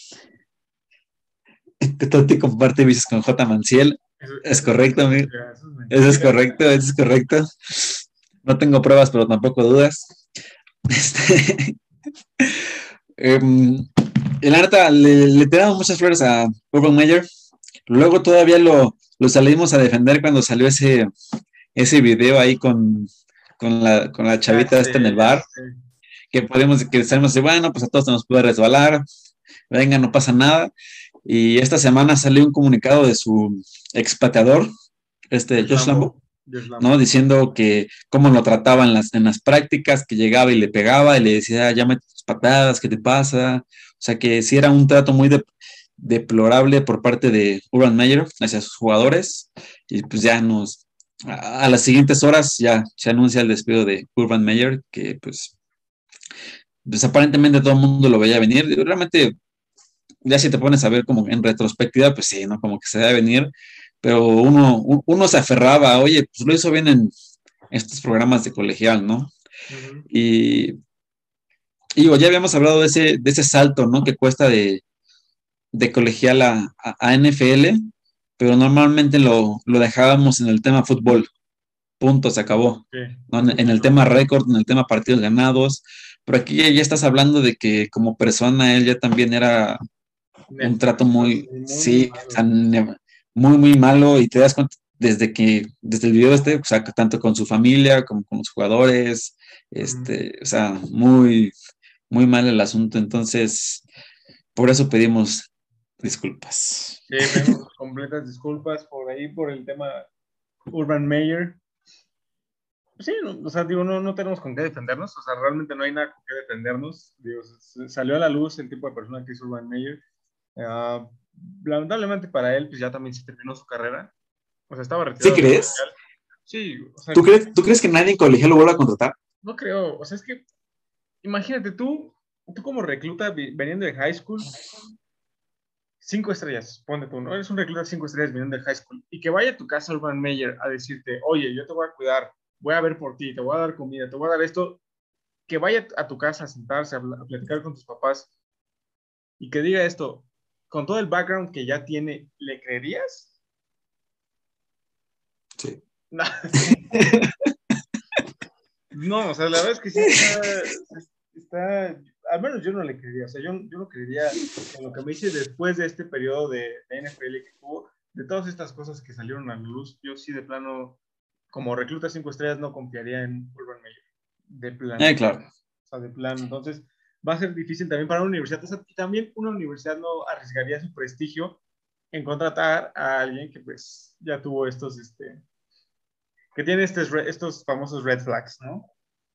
Toti comparte bicis con J. Manciel. Es correcto, amigo. Eso es correcto. No tengo pruebas, pero tampoco dudas. Y la neta, le tiramos muchas flores a Urban Meyer. Luego todavía lo salimos a defender cuando salió ese video ahí con la chavita esta en el bar. Que salimos de, bueno, pues a todos nos puede resbalar. Venga, no pasa nada. Y esta semana salió un comunicado de su expateador, Josh Lambo, ¿no? Diciendo que cómo lo trataba en las prácticas, que llegaba y le pegaba y le decía, ya metes tus patadas, ¿qué te pasa? O sea, que sí era un trato muy deplorable por parte de Urban Meyer hacia sus jugadores. Y pues ya a las siguientes horas ya se anuncia el despido de Urban Meyer, que pues aparentemente todo el mundo lo veía venir. Realmente, ya si te pones a ver como en retrospectiva, pues sí, ¿no? Como que se debe venir, pero uno se aferraba, oye, pues lo hizo bien en estos programas de colegial, ¿no? Uh-huh. Y ya habíamos hablado de ese salto, ¿no? Que cuesta de colegial a NFL, pero normalmente lo dejábamos en el tema fútbol. Punto, se acabó. Sí. ¿No? En el tema récord, en el tema partidos ganados, pero aquí ya estás hablando de que como persona él ya también era un trato muy muy, muy malo, y te das cuenta desde el video o sea, tanto con su familia como con los jugadores, o sea, muy, muy mal el asunto. Entonces, por eso pedimos disculpas. Sí, pedimos completas disculpas por el tema Urban Meyer. Sí, o sea, digo, no tenemos con qué defendernos, o sea, realmente no hay nada con qué defendernos. Digo, salió a la luz el tipo de persona que es Urban Meyer. Lamentablemente para él, pues ya también se terminó su carrera. O sea, estaba retirado. ¿Sí crees? Sí. O sea, ¿Tú crees que nadie en colegial lo vuelva a contratar? No creo. O sea, es que, imagínate tú como recluta veniendo de high school, 5 estrellas, ponte tú, ¿no? Eres un recluta 5 estrellas viniendo de high school, y que vaya a tu casa Urban Meyer a decirte, oye, yo te voy a cuidar, voy a ver por ti, te voy a dar comida, te voy a dar esto, que vaya a tu casa a sentarse, a platicar con tus papás, y que diga esto, con todo el background que ya tiene, ¿le creerías? Sí. No, o sea, la verdad es que sí está, al menos yo no le creería, o sea, yo no creería en lo que me hice después de este periodo de NFL que tuvo, de todas estas cosas que salieron a la luz. Yo sí de plano, como recluta 5 estrellas, no confiaría en Urban Meyer, de plano. Claro. O sea, de plano, entonces va a ser difícil también para una universidad, o sea, también una universidad no arriesgaría su prestigio en contratar a alguien que pues ya tuvo que tiene estos famosos red flags, ¿no?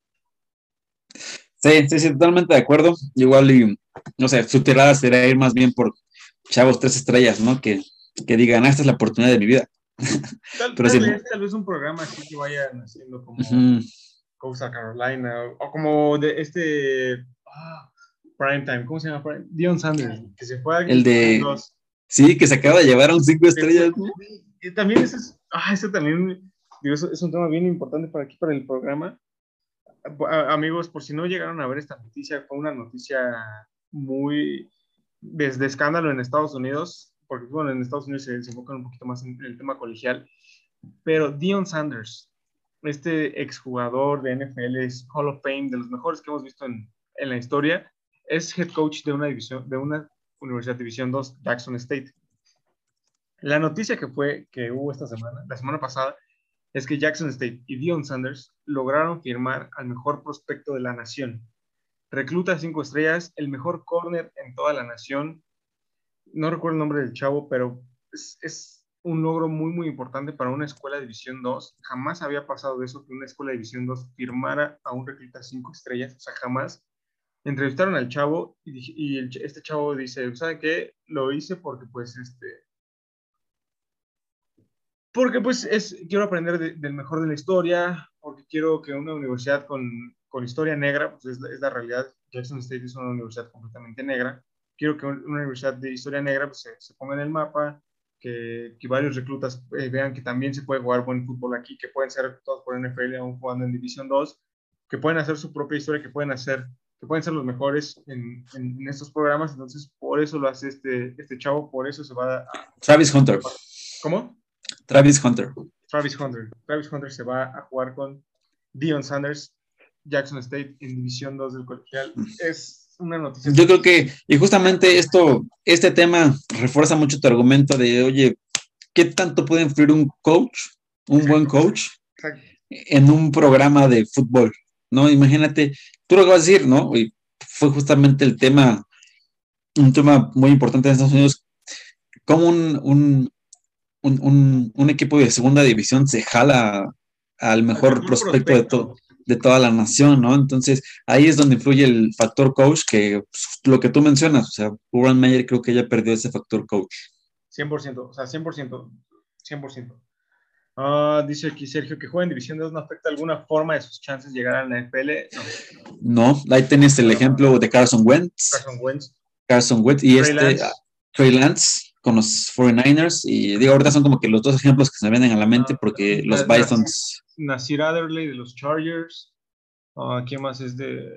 Sí, totalmente de acuerdo. Igual, y no sé, su tirada sería ir más bien por chavos 3 estrellas, ¿no? Que digan, esta es la oportunidad de mi vida. Tal vez un programa así que vayan haciendo como Coastal Carolina, o como de Primetime, ¿cómo se llama? Deion Sanders, que se fue a El de... Sí, que se acaba de llevar a un 5 estrellas, ¿no? Y también ese también, digo, es un tema bien importante para aquí, para el programa. Amigos, por si no llegaron a ver esta noticia, fue una noticia muy de escándalo en Estados Unidos, porque bueno, en Estados Unidos se enfocan un poquito más en el tema colegial, pero Deion Sanders, este exjugador de NFL, es Hall of Fame, de los mejores que hemos visto en la historia, es head coach de una universidad División 2, Jackson State. La noticia que hubo la semana pasada, es que Jackson State y Deion Sanders lograron firmar al mejor prospecto de la nación. Recluta 5 estrellas, el mejor corner en toda la nación. No recuerdo el nombre del chavo, pero es un logro muy, muy importante para una escuela de División 2. Jamás había pasado de eso, que una escuela de División 2 firmara a un recluta 5 estrellas. O sea, jamás. Entrevistaron al chavo y este chavo dice, ¿saben qué? Lo hice porque quiero aprender del mejor de la historia, porque quiero que una universidad con historia negra, pues es la realidad. Jackson State es una universidad completamente negra. Quiero que una universidad de historia negra pues, se ponga en el mapa, que varios reclutas vean que también se puede jugar buen fútbol aquí, que pueden ser reclutados por NFL aún jugando en División 2, que pueden hacer su propia historia, que pueden ser los mejores en estos programas. Entonces, por eso lo hace este chavo, por eso se va a... Travis Hunter. ¿Cómo? Travis Hunter se va a jugar con Deion Sanders, Jackson State en División 2 del colegial. Es una noticia. Yo creo que, y justamente este tema refuerza mucho tu argumento de, oye, ¿qué tanto puede influir un buen coach, en un programa de fútbol? ¿No? Imagínate, tú lo que vas a decir, ¿no? Y fue justamente un tema muy importante en Estados Unidos, como un equipo de segunda división se jala al mejor prospecto de toda la nación, ¿no? Entonces, ahí es donde influye el factor coach, que lo que tú mencionas, o sea, Urban Meyer creo que ya perdió ese factor coach. 100%, o sea, 100%. Dice aquí Sergio que juega en División 2 no afecta de alguna forma de sus chances de llegar a la NFL. No, ahí tenés el ejemplo de Carson Wentz y Trey Lance con los 49ers, y digo, ahorita son como que los dos ejemplos que se me vienen a la mente, porque los Bisons... Nasir Adderley de los Chargers. ¿Quién más es de...?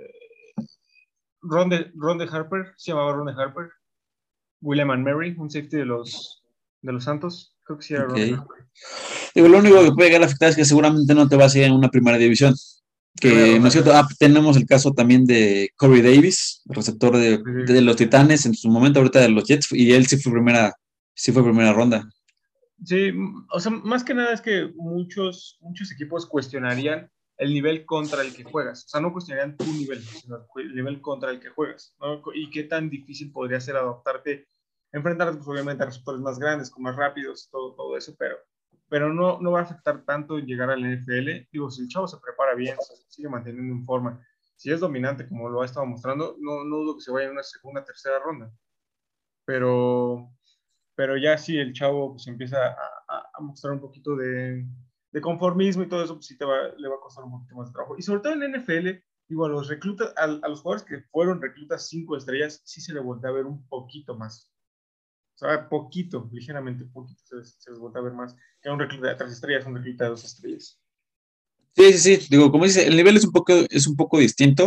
Ronde Harper, se llamaba Ronde Harper. William and Mary, un safety de los Santos. Creo que sí era Ronde Harper. Digo, lo único que puede llegar a afectar es que seguramente no te va a seguir en una primera división. Que no es cierto, tenemos el caso también de Corey Davis, receptor de los Titanes en su momento, ahorita de los Jets, y él sí fue primera ronda. Sí, o sea, más que nada es que muchos equipos cuestionarían el nivel contra el que juegas. O sea, no cuestionarían tu nivel, sino el nivel contra el que juegas, ¿no? Y qué tan difícil podría ser adaptarte, enfrentarte pues, obviamente a receptores más grandes, con más rápidos, todo eso, pero no va a afectar tanto llegar al NFL. Digo, si el chavo se prepara bien, se sigue manteniendo en forma, si es dominante como lo ha estado mostrando, no dudo que se vaya en una segunda, tercera ronda. Pero ya si el chavo pues, empieza a mostrar un poquito de conformismo y todo eso, pues sí le va a costar un poquito más de trabajo. Y sobre todo en NFL, digo, a los jugadores que fueron reclutas 5 estrellas, sí se le voltea a ver un poquito más. O sea, ligeramente poquito se les voltea a ver más que un recluta de 3 estrellas, un recluta de 2 estrellas. Sí. Digo, como dice, el nivel es un poco distinto.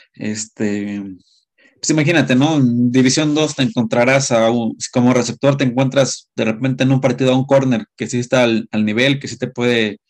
Pues imagínate, ¿no? En División 2 te encontrarás como receptor, te encuentras de repente en un partido a un corner que sí está al nivel, que sí te puede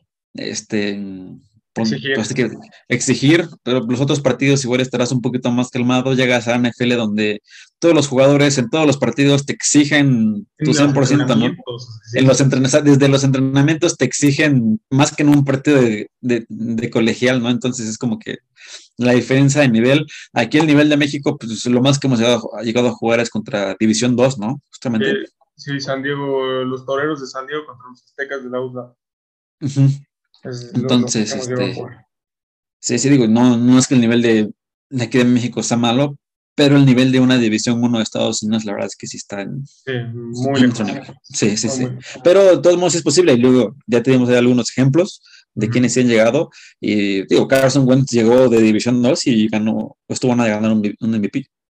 exigir, pero los otros partidos igual estarás un poquito más calmado. Llegas a NFL donde todos los jugadores en todos los partidos te exigen tu 100%, ¿no? Desde los entrenamientos te exigen más que en un partido de colegial, ¿no? Entonces es como que la diferencia de nivel. Aquí el nivel de México, pues lo más que hemos llegado a jugar es contra División 2, ¿no? Justamente. Sí, San Diego, los Toreros de San Diego contra los Aztecas de la UDLA. Uh-huh. Entonces, sí, digo, no es que el nivel de aquí de México está malo, pero el nivel de una División 1 de Estados Unidos, la verdad es que sí está muy lejos. Sí. Pero de todos modos es posible, y luego ya tenemos algunos ejemplos de quienes sí han llegado, y digo, Carson Wentz llegó de División 2 y estuvo a ganar un MVP.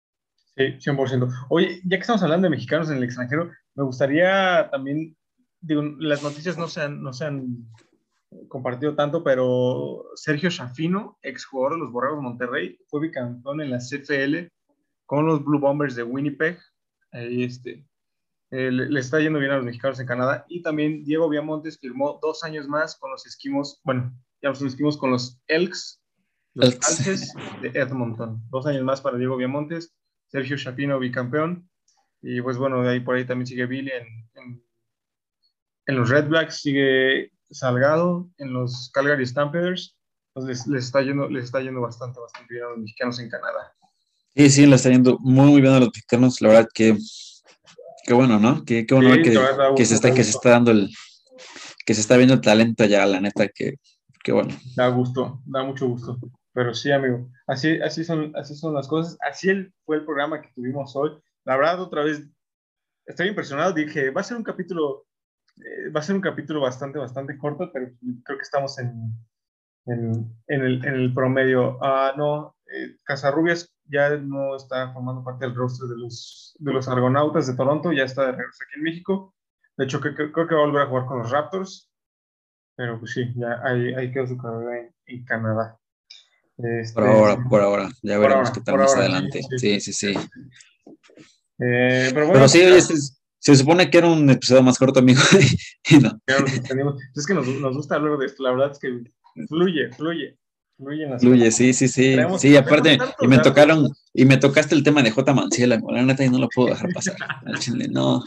Sí, 100%. Oye, ya que estamos hablando de mexicanos en el extranjero, me gustaría también, digo, las noticias no se han compartido tanto, pero Sergio Chafino, exjugador de los Borregos Monterrey, fue bicampeón en la CFL con los Blue Bombers de Winnipeg. Ahí le está yendo bien a los mexicanos en Canadá. Y también Diego Viamontes firmó 2 años más con los Esquimos, bueno, ya los Esquimos con los Elks, los Alces de Edmonton. 2 años más para Diego Viamontes. Sergio Chapino, bicampeón. Y pues bueno, de ahí por ahí también sigue Billy en los Red Blacks, sigue Salgado en los Calgary Stampeders. Entonces les está yendo bastante, bastante bien a los mexicanos en Canadá. Sí, le está yendo muy, muy bien a los mexicanos, la verdad que bueno, ¿no? Qué bueno Sí, que se está dando que se está viendo el talento allá, la neta, que bueno. Da gusto, da mucho gusto. Pero sí, amigo, así son las cosas. Fue el programa que tuvimos hoy. La verdad, otra vez, estoy impresionado. Dije, va a ser un capítulo bastante, bastante corto, pero creo que estamos en el promedio. No, Casarrubias ya no está formando parte del roster de los Argonautas de Toronto, ya está de regreso aquí en México. De hecho, creo que va a volver a jugar con los Raptors, pero pues sí, ya ahí quedó su carrera en Canadá. Por ahora, ya Por veremos ahora, qué tal por más ahora, adelante. Sí. Pero bueno, Pero sí, oye, se supone que era un episodio más corto, amigo, y no. ya nos extendimos. Es que nos gusta hablar de esto, la verdad es que fluyen las Fluye, cosas. sí. Sí, Tenemos aparte, tantos datos. y me tocaste el tema de J. Manciel, amigo, la neta, y no lo puedo dejar pasar. Al chile,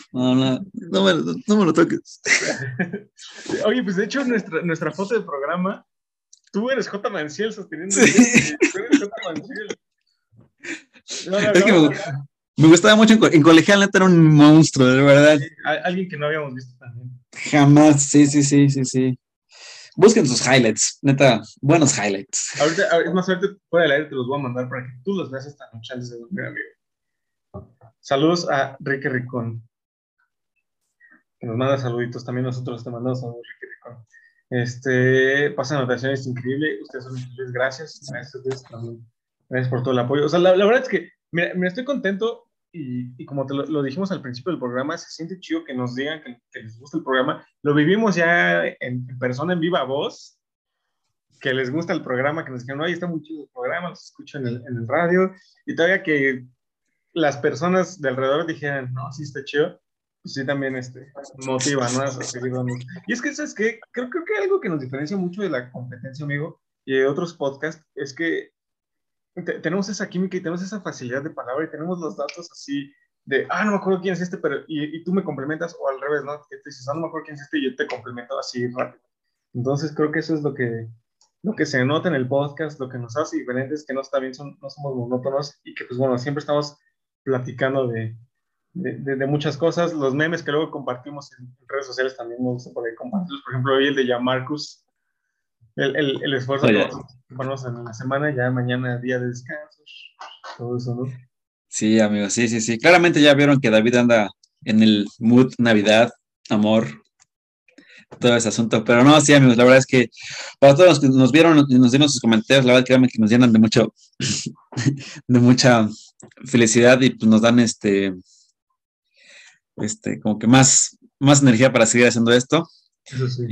no me lo toques. Oye, pues de hecho nuestra foto de programa, tú eres J. Manciel sosteniendo Sí. tú eres J. Manciel. No, Es que me gustaba mucho en colegial, neta, era un monstruo, de verdad. alguien que no habíamos visto también. Jamás, sí. Busquen sus highlights, neta, buenos highlights. Es más, ahorita fuera del aire te los voy a mandar para que tú los veas esta noche antes de dormir, amigo. Saludos a Ricky Ricón, que nos manda saluditos. También nosotros te mandamos saludos, Ricky Ricón. Pasa anotaciones increíble. Ustedes son increíbles. Gracias a ustedes también. Gracias por todo el apoyo. O sea, la verdad es que, mira, estoy contento y como te lo dijimos al principio del programa, se siente chido que nos digan que les gusta el programa. Lo vivimos ya en persona, en viva voz, que les gusta el programa, que nos dijeron, oye, está muy chido el programa, los escucho en el radio, y todavía que las personas de alrededor dijeran, no, sí está chido, pues sí también motiva, ¿no? A seguir dando. Y es que, ¿sabes qué? Creo que algo que nos diferencia mucho de la competencia, amigo, y de otros podcasts, es que tenemos esa química y tenemos esa facilidad de palabra y tenemos los datos así de, no me acuerdo quién es pero, y tú me complementas, o al revés, ¿no? Que te dices, no me acuerdo quién es y yo te complemento así rápido. Entonces creo que eso es lo que se nota en el podcast, lo que nos hace diferentes, que no está bien, no somos monótonos y que, pues bueno, siempre estamos platicando de muchas cosas. Los memes que luego compartimos en redes sociales también me gusta por ahí compartirlos. Por ejemplo, hoy el de Jamarcus, el esfuerzo que vamos a en la semana, ya mañana día de descanso, todo eso, ¿no? Sí, amigos, sí. Claramente ya vieron que David anda en el mood Navidad, amor, todo ese asunto. Pero no, sí, amigos, la verdad es que para todos los que nos vieron y nos dieron sus comentarios, la verdad créanme que nos llenan de mucho, de mucha felicidad y pues nos dan como que más energía para seguir haciendo esto. Eso sí.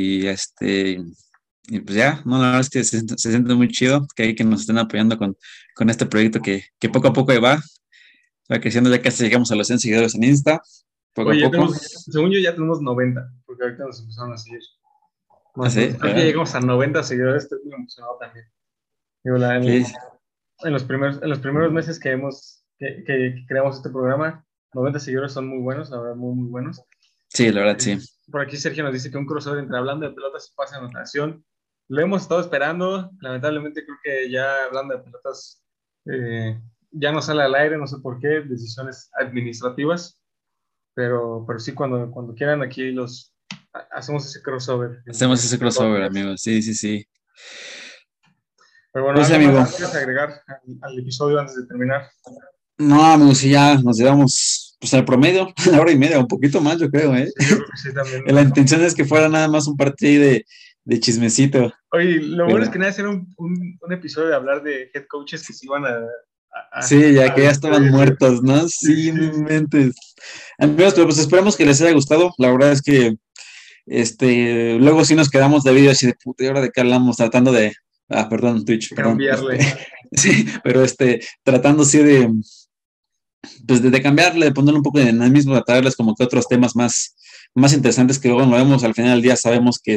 Y pues ya, no, la verdad es que se siente muy chido que nos estén apoyando con este proyecto que poco a poco ahí va creciendo, ya casi llegamos a los 100 seguidores en Insta, poco a poco. Según yo ya tenemos 90, porque ahorita nos empezaron a seguir. ¿Sí? Creo que llegamos a 90 seguidores, estoy muy emocionado también. Digo, en los primeros meses que creamos este programa, 90 seguidores son muy buenos, la verdad, muy, muy buenos. Sí, la verdad, sí. Por aquí Sergio nos dice que un crossover entre hablando de pelotas y pase de anotación. Lo hemos estado esperando. Lamentablemente creo que ya hablando de pelotas ya no sale al aire, no sé por qué, decisiones administrativas. Pero sí, cuando quieran aquí hacemos ese crossover. Hacemos ese crossover, amigos. Sí. Pero bueno, pues, ¿algo amigo, más quieres agregar al episodio antes de terminar? No, amigos, sí, ya nos llevamos pues al promedio, 1:30, un poquito más, yo creo, ¿eh? Sí, yo creo que sí también. La intención es que fuera nada más un partido de chismecito. Oye, lo bueno es que nadie hacer un episodio de hablar de head coaches que se iban Sí, ya que ya estaban muertos, ¿no? Sí, no inventes. Amigos, pero pues esperamos que les haya gustado. La verdad es que luego sí nos quedamos de vídeo así de puta, ¿y ahora de qué hablamos? Tratando de. Ah, perdón, Twitch, perdón. Cambiarle. Sí, pero tratando así de. Pues de cambiarle, de ponerle un poco de dinamismo, de traerles como que otros temas más interesantes que luego lo vemos al final del día, sabemos que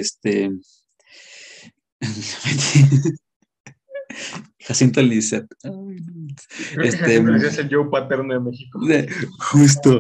Jacinto Lizeth. Jacinto Lizeth es el Joe Paterno de México. Justo.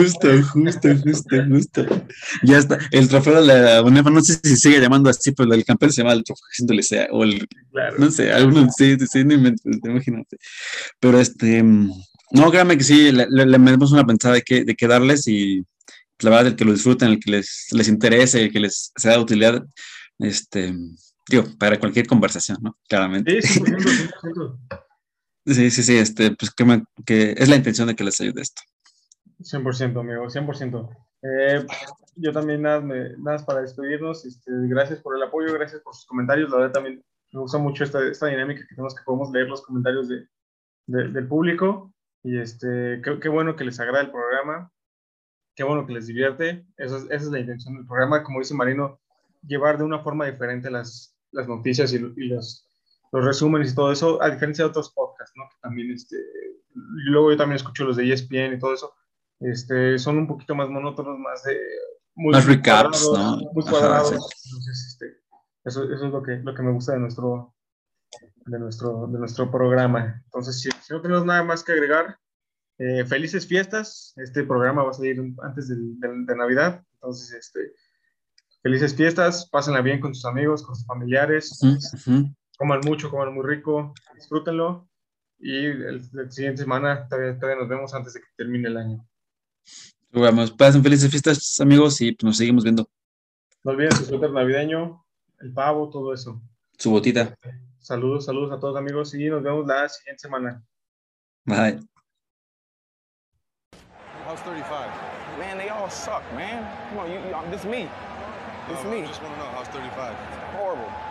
Ya está. El trofeo de la UNEFA, no sé si sigue llamando así, pero el campeón se llama el trofeo Jacinto Lizeth, o claro. No sé, algunos, sí, no inventes, imagínate. Pero no, créanme que sí, le metemos una pensada de qué darles y la verdad, el que lo disfruten, el que les interese, el que les sea de utilidad, digo, para cualquier conversación, ¿no? Claramente. Sí, 100%. Sí, pues que es la intención de que les ayude esto. 100%, amigo, 100%. Yo también nada más para despedirnos, gracias por el apoyo, gracias por sus comentarios, la verdad también me gusta mucho esta dinámica que tenemos, que podemos leer los comentarios del público, y qué bueno que les agrada el programa, qué bueno que les divierte, esa es la intención del programa, como dice Marino, llevar de una forma diferente las noticias y los resúmenes y todo eso, a diferencia de otros podcasts, ¿no? Que también, luego yo también escucho los de ESPN y todo eso, son un poquito más monótonos, más más recaps, ¿no? Muy cuadrados. Entonces, eso es lo que me gusta de nuestro programa. Entonces, si no tenemos nada más que agregar, felices fiestas. Este programa va a salir antes de Navidad. Entonces, felices fiestas. Pásenla bien con sus amigos, con sus familiares. Coman mucho, coman muy rico. Disfrútenlo. Y la siguiente semana todavía nos vemos antes de que termine el año. Vamos, pasen felices fiestas, amigos, y pues nos seguimos viendo. No olviden su suéter navideño, el pavo, todo eso. Su botita. Saludos a todos, amigos, y nos vemos la siguiente semana. Bye. How's 35? Man, they all suck, man. Come on, this is me. This is me. I just want to know, how's 35? Horrible.